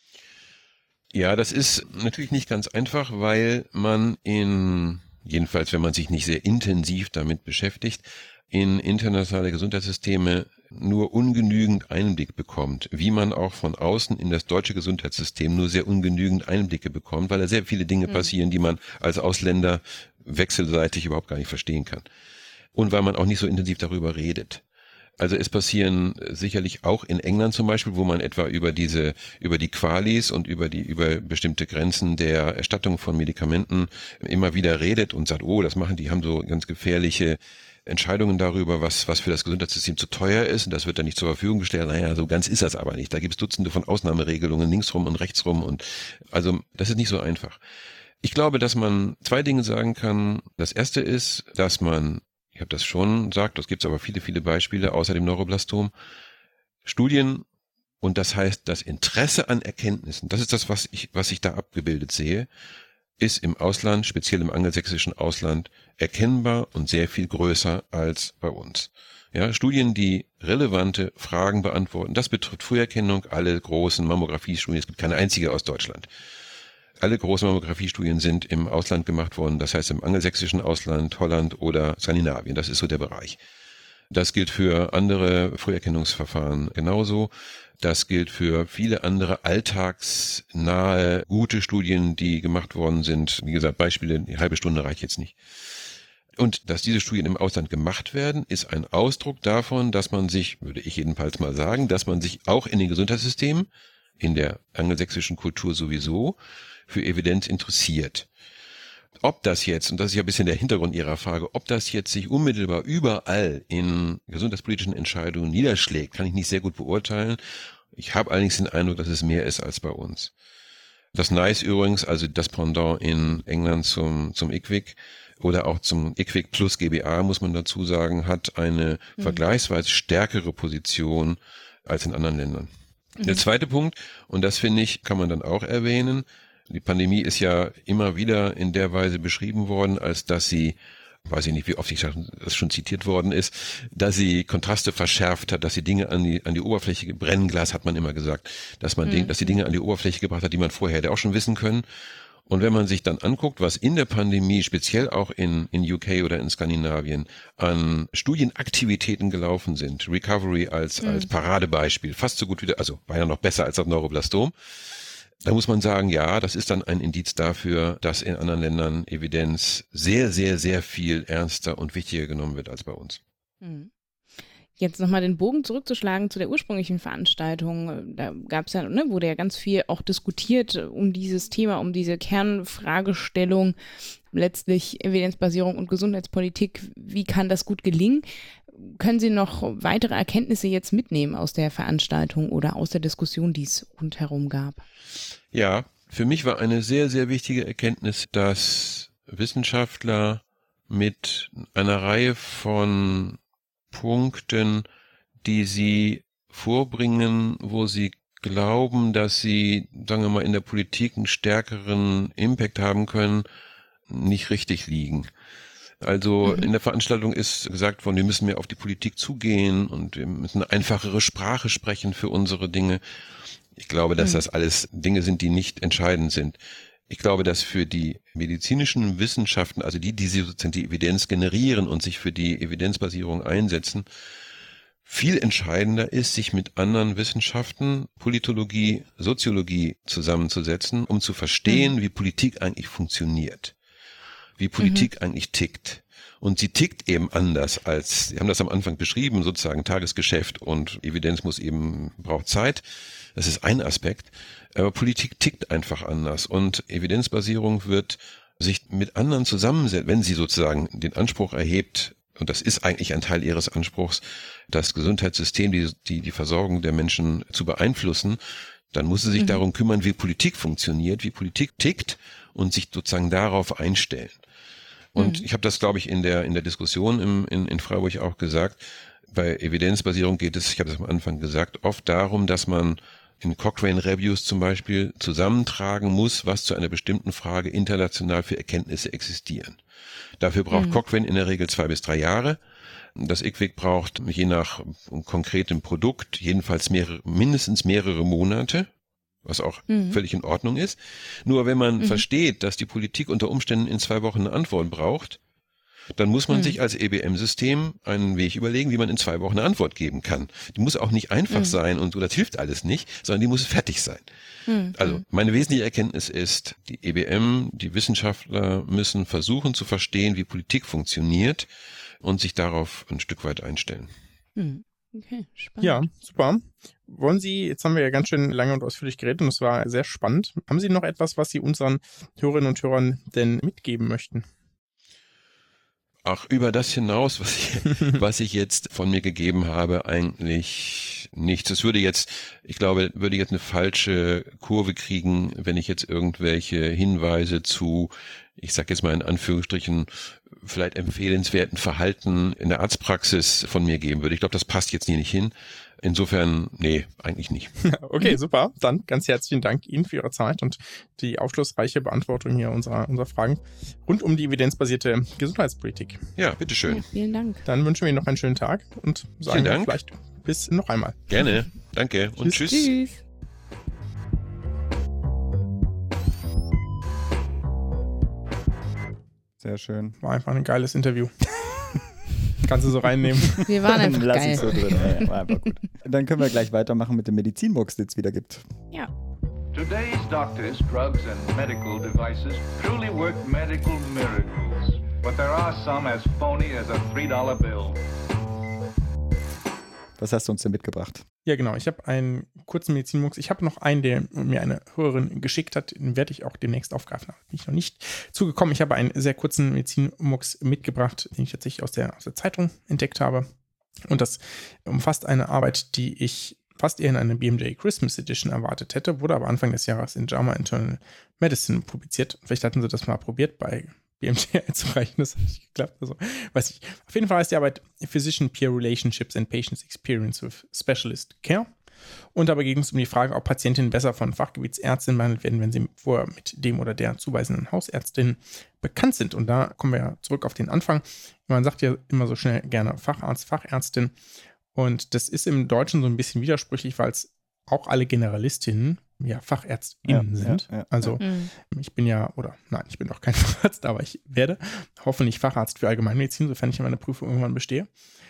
Ja, das ist natürlich nicht ganz einfach, weil man jedenfalls wenn man sich nicht sehr intensiv damit beschäftigt, in internationale Gesundheitssysteme nur ungenügend Einblick bekommt, wie man auch von außen in das deutsche Gesundheitssystem nur sehr ungenügend Einblicke bekommt, weil da sehr viele Dinge passieren, die man als Ausländer wechselseitig überhaupt gar nicht verstehen kann. Und weil man auch nicht so intensiv darüber redet. Also es passieren sicherlich auch in England zum Beispiel, wo man etwa über die Qualis und über bestimmte Grenzen der Erstattung von Medikamenten immer wieder redet und sagt, oh, das machen die, haben so ganz gefährliche Entscheidungen darüber, was für das Gesundheitssystem zu teuer ist, und das wird dann nicht zur Verfügung gestellt. Naja, so ganz ist das aber nicht. Da gibt es Dutzende von Ausnahmeregelungen linksrum und rechtsrum, und also das ist nicht so einfach. Ich glaube, dass man 2 Dinge sagen kann. Das erste ist, dass man, ich habe das schon gesagt, es gibt aber viele, viele Beispiele außer dem Neuroblastom, Studien, und das heißt, das Interesse an Erkenntnissen, das ist das, was ich da abgebildet sehe, ist im Ausland, speziell im angelsächsischen Ausland, erkennbar und sehr viel größer als bei uns. Ja, Studien, die relevante Fragen beantworten, das betrifft Früherkennung, alle großen Mammographie-Studien, es gibt keine einzige aus Deutschland. Alle großen Mammographie-Studien sind im Ausland gemacht worden, das heißt im angelsächsischen Ausland, Holland oder Skandinavien, das ist so der Bereich. Das gilt für andere Früherkennungsverfahren genauso. Das gilt für viele andere alltagsnahe, gute Studien, die gemacht worden sind. Wie gesagt, Beispiele, die halbe Stunde reicht jetzt nicht. Und dass diese Studien im Ausland gemacht werden, ist ein Ausdruck davon, dass man sich, würde ich jedenfalls mal sagen, dass man sich auch in den Gesundheitssystemen, in der angelsächsischen Kultur sowieso, für Evidenz interessiert. Ob das jetzt, und das ist ja ein bisschen der Hintergrund Ihrer Frage, ob das jetzt sich unmittelbar überall in gesundheitspolitischen Entscheidungen niederschlägt, kann ich nicht sehr gut beurteilen. Ich habe allerdings den Eindruck, dass es mehr ist als bei uns. Das NICE übrigens, also das Pendant in England zum IQWiG oder auch zum IQWiG plus GBA, muss man dazu sagen, hat eine vergleichsweise stärkere Position als in anderen Ländern. Der zweite Punkt, und das finde ich, kann man dann auch erwähnen, die Pandemie ist ja immer wieder in der Weise beschrieben worden, als dass sie, weiß ich nicht, wie oft das schon zitiert worden ist, dass sie Kontraste verschärft hat, dass sie Dinge an die Oberfläche, Brennglas hat man immer gesagt, dass man dass sie Dinge an die Oberfläche gebracht hat, die man vorher hätte auch schon wissen können. Und wenn man sich dann anguckt, was in der Pandemie, speziell auch in UK oder in Skandinavien, an Studienaktivitäten gelaufen sind, Recovery als Paradebeispiel, fast so gut wie, also war ja noch besser als das Neuroblastom, da muss man sagen, ja, das ist dann ein Indiz dafür, dass in anderen Ländern Evidenz sehr, sehr, sehr viel ernster und wichtiger genommen wird als bei uns. Jetzt nochmal den Bogen zurückzuschlagen zu der ursprünglichen Veranstaltung. Da gab es ja, wurde ja ganz viel auch diskutiert um dieses Thema, um diese Kernfragestellung, letztlich Evidenzbasierung und Gesundheitspolitik. Wie kann das gut gelingen? Können Sie noch weitere Erkenntnisse jetzt mitnehmen aus der Veranstaltung oder aus der Diskussion, die es rundherum gab? Ja, für mich war eine sehr, sehr wichtige Erkenntnis, dass Wissenschaftler mit einer Reihe von Punkten, die sie vorbringen, wo sie glauben, dass sie, sagen wir mal, in der Politik einen stärkeren Impact haben können, nicht richtig liegen. Also in der Veranstaltung ist gesagt worden, wir müssen mehr auf die Politik zugehen und wir müssen eine einfachere Sprache sprechen für unsere Dinge. Ich glaube, dass das alles Dinge sind, die nicht entscheidend sind. Ich glaube, dass für die medizinischen Wissenschaften, also die sozusagen die Evidenz generieren und sich für die Evidenzbasierung einsetzen, viel entscheidender ist, sich mit anderen Wissenschaften, Politologie, Soziologie zusammenzusetzen, um zu verstehen, wie Politik eigentlich funktioniert, wie Politik eigentlich tickt. Und sie tickt eben anders als, Sie haben das am Anfang beschrieben, sozusagen Tagesgeschäft und Evidenz braucht Zeit. Das ist ein Aspekt. Aber Politik tickt einfach anders und Evidenzbasierung wird sich mit anderen zusammensetzen, wenn sie sozusagen den Anspruch erhebt, und das ist eigentlich ein Teil ihres Anspruchs, das Gesundheitssystem, die Versorgung der Menschen zu beeinflussen, dann muss sie sich darum kümmern, wie Politik funktioniert, wie Politik tickt und sich sozusagen darauf einstellen. Und ich habe das, glaube ich, in der Diskussion in Freiburg auch gesagt, bei Evidenzbasierung geht es, ich habe das am Anfang gesagt, oft darum, dass man in Cochrane-Reviews zum Beispiel zusammentragen muss, was zu einer bestimmten Frage international für Erkenntnisse existieren. Dafür braucht Cochrane in der Regel 2 bis 3 Jahre. Das IQWiG braucht je nach konkretem Produkt jedenfalls mindestens mehrere Monate, was auch völlig in Ordnung ist. Nur wenn man versteht, dass die Politik unter Umständen in 2 Wochen eine Antwort braucht, dann muss man sich als EBM-System einen Weg überlegen, wie man in 2 Wochen eine Antwort geben kann. Die muss auch nicht einfach sein und das hilft alles nicht, sondern die muss fertig sein. Also meine wesentliche Erkenntnis ist, die EBM, die Wissenschaftler müssen versuchen zu verstehen, wie Politik funktioniert und sich darauf ein Stück weit einstellen. Okay, spannend. Ja, super. Wollen Sie, jetzt haben wir ja ganz schön lange und ausführlich geredet und es war sehr spannend. Haben Sie noch etwas, was Sie unseren Hörerinnen und Hörern denn mitgeben möchten? Ach, über das hinaus, was ich jetzt von mir gegeben habe, eigentlich nichts. Es würde jetzt eine falsche Kurve kriegen, wenn ich jetzt irgendwelche Hinweise zu, ich sag jetzt mal in Anführungsstrichen, vielleicht empfehlenswerten Verhalten in der Arztpraxis von mir geben würde. Ich glaube, das passt jetzt hier nicht hin. Insofern, nee, eigentlich nicht. Okay, super. Dann ganz herzlichen Dank Ihnen für Ihre Zeit und die aufschlussreiche Beantwortung hier unserer Fragen rund um die evidenzbasierte Gesundheitspolitik. Ja, bitteschön. Ja, vielen Dank. Dann wünschen wir Ihnen noch einen schönen Tag und sagen vielleicht bis noch einmal. Gerne. Danke und tschüss. Tschüss. Sehr schön. War einfach ein geiles Interview. Kannst du so reinnehmen. Wir waren einfach Lass geil. es so drin. Ja, war einfach gut. Dann können wir gleich weitermachen mit dem Medizinbox, den es wieder gibt. Ja. Today's doctors, drugs and medical devices truly work medical miracles. But there are some as phony as a $3 bill. Was hast du uns denn mitgebracht? Ja, genau. Ich habe einen kurzen Medizinmux. Ich habe noch einen, der mir eine Hörerin geschickt hat. Den werde ich auch demnächst aufgreifen. Da bin ich noch nicht zugekommen. Ich habe einen sehr kurzen Medizinmux mitgebracht, den ich tatsächlich aus der Zeitung entdeckt habe. Und das umfasst eine Arbeit, die ich fast eher in einer BMJ Christmas Edition erwartet hätte, wurde aber Anfang des Jahres in JAMA Internal Medicine publiziert. Vielleicht hatten sie das mal probiert, bei BMJ einzureichen. Das hat nicht geklappt. Also, weiß ich. Auf jeden Fall heißt die Arbeit Physician Peer Relationships and Patients Experience with Specialist Care. Und dabei ging es um die Frage, ob Patientinnen besser von Fachgebietsärztinnen behandelt werden, wenn sie vorher mit dem oder der zuweisenden Hausärztin bekannt sind. Und da kommen wir ja zurück auf den Anfang. Man sagt ja immer so schnell gerne Facharzt, Fachärztin. Und das ist im Deutschen so ein bisschen widersprüchlich, weil es auch alle Generalistinnen ja FachärztInnen sind. Also ich bin ich bin doch kein Facharzt, aber ich werde hoffentlich Facharzt für Allgemeinmedizin, sofern ich meine Prüfung irgendwann bestehe.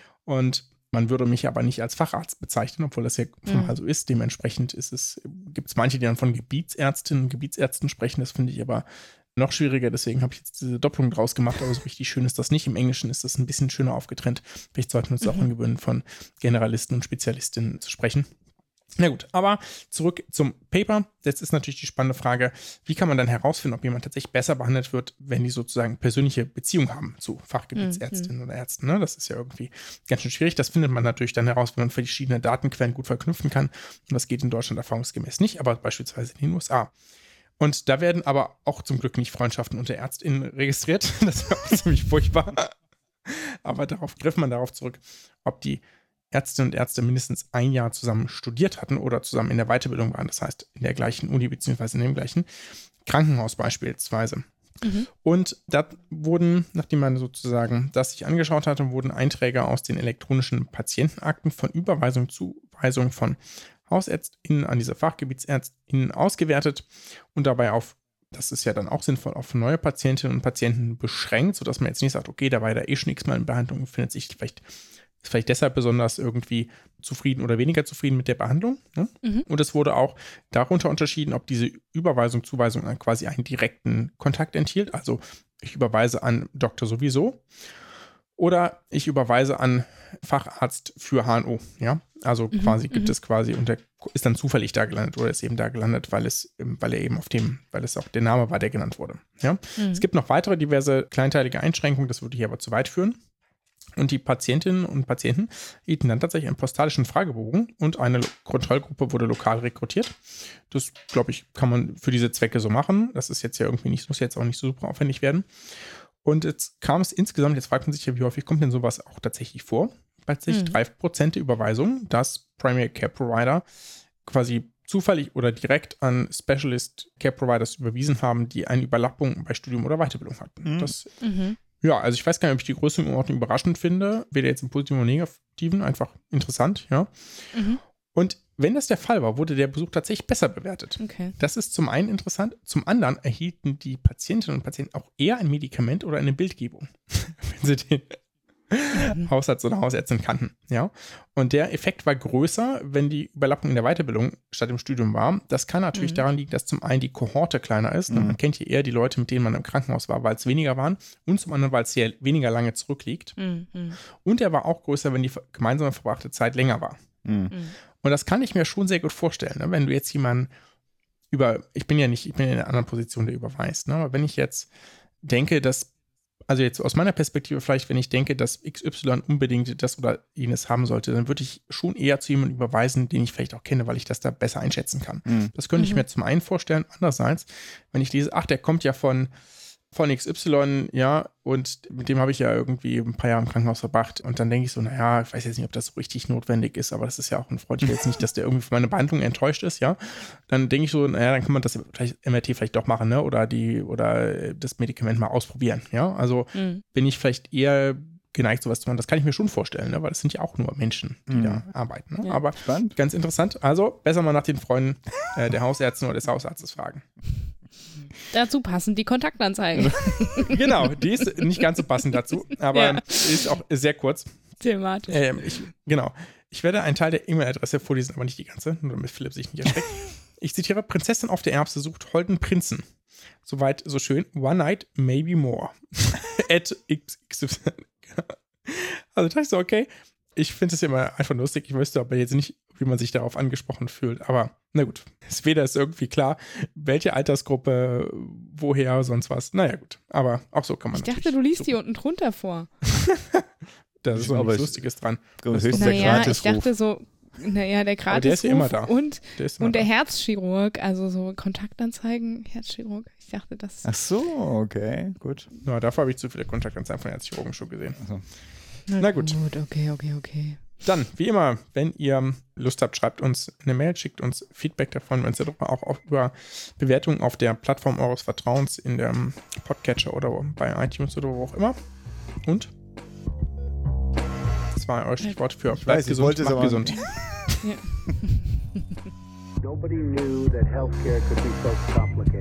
Und man würde mich aber nicht als Facharzt bezeichnen, obwohl das ja formal so ist. Dementsprechend gibt es manche, die dann von Gebietsärztinnen und Gebietsärzten sprechen. Das finde ich aber noch schwieriger. Deswegen habe ich jetzt diese Doppelung draus gemacht. Aber so richtig schön ist das nicht. Im Englischen ist das ein bisschen schöner aufgetrennt. Vielleicht sollten wir uns auch angewöhnen, von Generalisten und Spezialistinnen zu sprechen. Na gut, aber zurück zum Paper. Jetzt ist natürlich die spannende Frage, wie kann man dann herausfinden, ob jemand tatsächlich besser behandelt wird, wenn die sozusagen persönliche Beziehung haben zu Fachgebietsärztinnen oder Ärzten. Ne? Das ist ja irgendwie ganz schön schwierig. Das findet man natürlich dann heraus, wenn man verschiedene Datenquellen gut verknüpfen kann. Und das geht in Deutschland erfahrungsgemäß nicht, aber beispielsweise in den USA. Und da werden aber auch zum Glück nicht Freundschaften unter ÄrztInnen registriert. Das wäre auch ziemlich furchtbar. Aber darauf griff man darauf zurück, ob die Ärztinnen und Ärzte mindestens ein Jahr zusammen studiert hatten oder zusammen in der Weiterbildung waren. Das heißt, in der gleichen Uni bzw. in dem gleichen Krankenhaus beispielsweise. Und da wurden, nachdem man sozusagen das sich angeschaut hatte, wurden Einträge aus den elektronischen Patientenakten von Überweisung zu Zuweisung von HausärztInnen an diese FachgebietsärztInnen ausgewertet und dabei das ist ja dann auch sinnvoll, auf neue Patientinnen und Patienten beschränkt, sodass man jetzt nicht sagt, okay, da war ja schon x-mal in Behandlung, findet sich vielleicht deshalb besonders irgendwie zufrieden oder weniger zufrieden mit der Behandlung. Ne? Und es wurde auch darunter unterschieden, ob diese Zuweisung dann quasi einen direkten Kontakt enthielt. Also ich überweise an Doktor sowieso oder ich überweise an Facharzt für HNO. Ja? Also quasi gibt es quasi und der ist dann zufällig da gelandet oder ist eben da gelandet, weil es auch der Name war, der genannt wurde. Ja? Es gibt noch weitere diverse kleinteilige Einschränkungen, das würde hier aber zu weit führen. Und die Patientinnen und Patienten hielten dann tatsächlich einen postalischen Fragebogen und eine Kontrollgruppe wurde lokal rekrutiert. Das, glaube ich, kann man für diese Zwecke so machen. Das ist jetzt ja irgendwie muss jetzt auch nicht so super aufwendig werden. Und jetzt kam es insgesamt, jetzt fragt man sich ja, wie häufig kommt denn sowas auch tatsächlich vor? Bei sich 3% der Überweisungen, dass Primary Care Provider quasi zufällig oder direkt an Specialist Care Providers überwiesen haben, die eine Überlappung bei Studium oder Weiterbildung hatten. Das ja, also ich weiß gar nicht, ob ich die Größenordnung überraschend finde. Weder jetzt im Positiven oder Negativen, einfach interessant, ja. Und wenn das der Fall war, wurde der Besuch tatsächlich besser bewertet. Okay. Das ist zum einen interessant. Zum anderen erhielten die Patientinnen und Patienten auch eher ein Medikament oder eine Bildgebung, wenn sie den Hausarzt oder Hausärztin kannten. Ja? Und der Effekt war größer, wenn die Überlappung in der Weiterbildung statt im Studium war. Das kann natürlich daran liegen, dass zum einen die Kohorte kleiner ist. Man kennt hier eher die Leute, mit denen man im Krankenhaus war, weil es weniger waren. Und zum anderen, weil es hier weniger lange zurückliegt. Und er war auch größer, wenn die gemeinsame verbrachte Zeit länger war. Und das kann ich mir schon sehr gut vorstellen. Ne? Wenn du jetzt jemanden ich bin ja in einer anderen Position, der überweist. Ne? Aber wenn ich jetzt denke, also jetzt aus meiner Perspektive vielleicht, wenn ich denke, dass XY unbedingt das oder jenes haben sollte, dann würde ich schon eher zu jemandem überweisen, den ich vielleicht auch kenne, weil ich das da besser einschätzen kann. Das könnte ich mir zum einen vorstellen. Andererseits, wenn ich lese, der kommt ja von XY, ja, und mit dem habe ich ja irgendwie ein paar Jahre im Krankenhaus verbracht und dann denke ich so, naja, ich weiß jetzt nicht, ob das so richtig notwendig ist, aber das ist ja auch ein Freund, ich will jetzt nicht, dass der irgendwie von meiner Behandlung enttäuscht ist, ja, dann denke ich so, naja, dann kann man das MRT vielleicht doch machen, ne, oder das Medikament mal ausprobieren, ja, also bin ich vielleicht eher geneigt, sowas zu machen, das kann ich mir schon vorstellen, ne, weil das sind ja auch nur Menschen, die da arbeiten, ne? Ja, aber spannend. Ganz interessant, also besser mal nach den Freunden der Hausärztin oder des Hausarztes fragen. Dazu passend die Kontaktanzeige. Genau, die ist nicht ganz so passend dazu, aber ist auch sehr kurz. Thematisch. Ich werde einen Teil der E-Mail-Adresse vorlesen, aber nicht die ganze, nur damit Philipp sich nicht erschreckt. Ich zitiere: Prinzessin auf der Erbse sucht holden Prinzen. Soweit, so schön. One night, maybe more. @xy. Also dachte ich so, okay. Ich finde es immer einfach lustig. Ich wüsste aber jetzt nicht, wie man sich darauf angesprochen fühlt. Aber na gut, weder ist irgendwie klar, welche Altersgruppe, woher, sonst was. Naja gut, aber auch so kann man Ich dachte, du liest die unten drunter vor. Da ist so nichts Lustiges dran. Naja, ich dachte so, der Gratis. Der ist ja immer da. Und der Herzchirurg, also so Kontaktanzeigen, Herzchirurg. Ich dachte, das. Ach so, okay, gut. Ja, dafür habe ich zu viele Kontaktanzeigen von Herzchirurgen schon gesehen. Also. Na gut. Okay. Dann, wie immer, wenn ihr Lust habt, schreibt uns eine Mail, schickt uns Feedback davon, wenn es ja doch auch über Bewertungen auf der Plattform eures Vertrauens in der Podcatcher oder bei iTunes oder wo auch immer. Und das war euer Stichwort für bleibt gesund, macht gesund. Nobody knew that healthcare could be so complicated.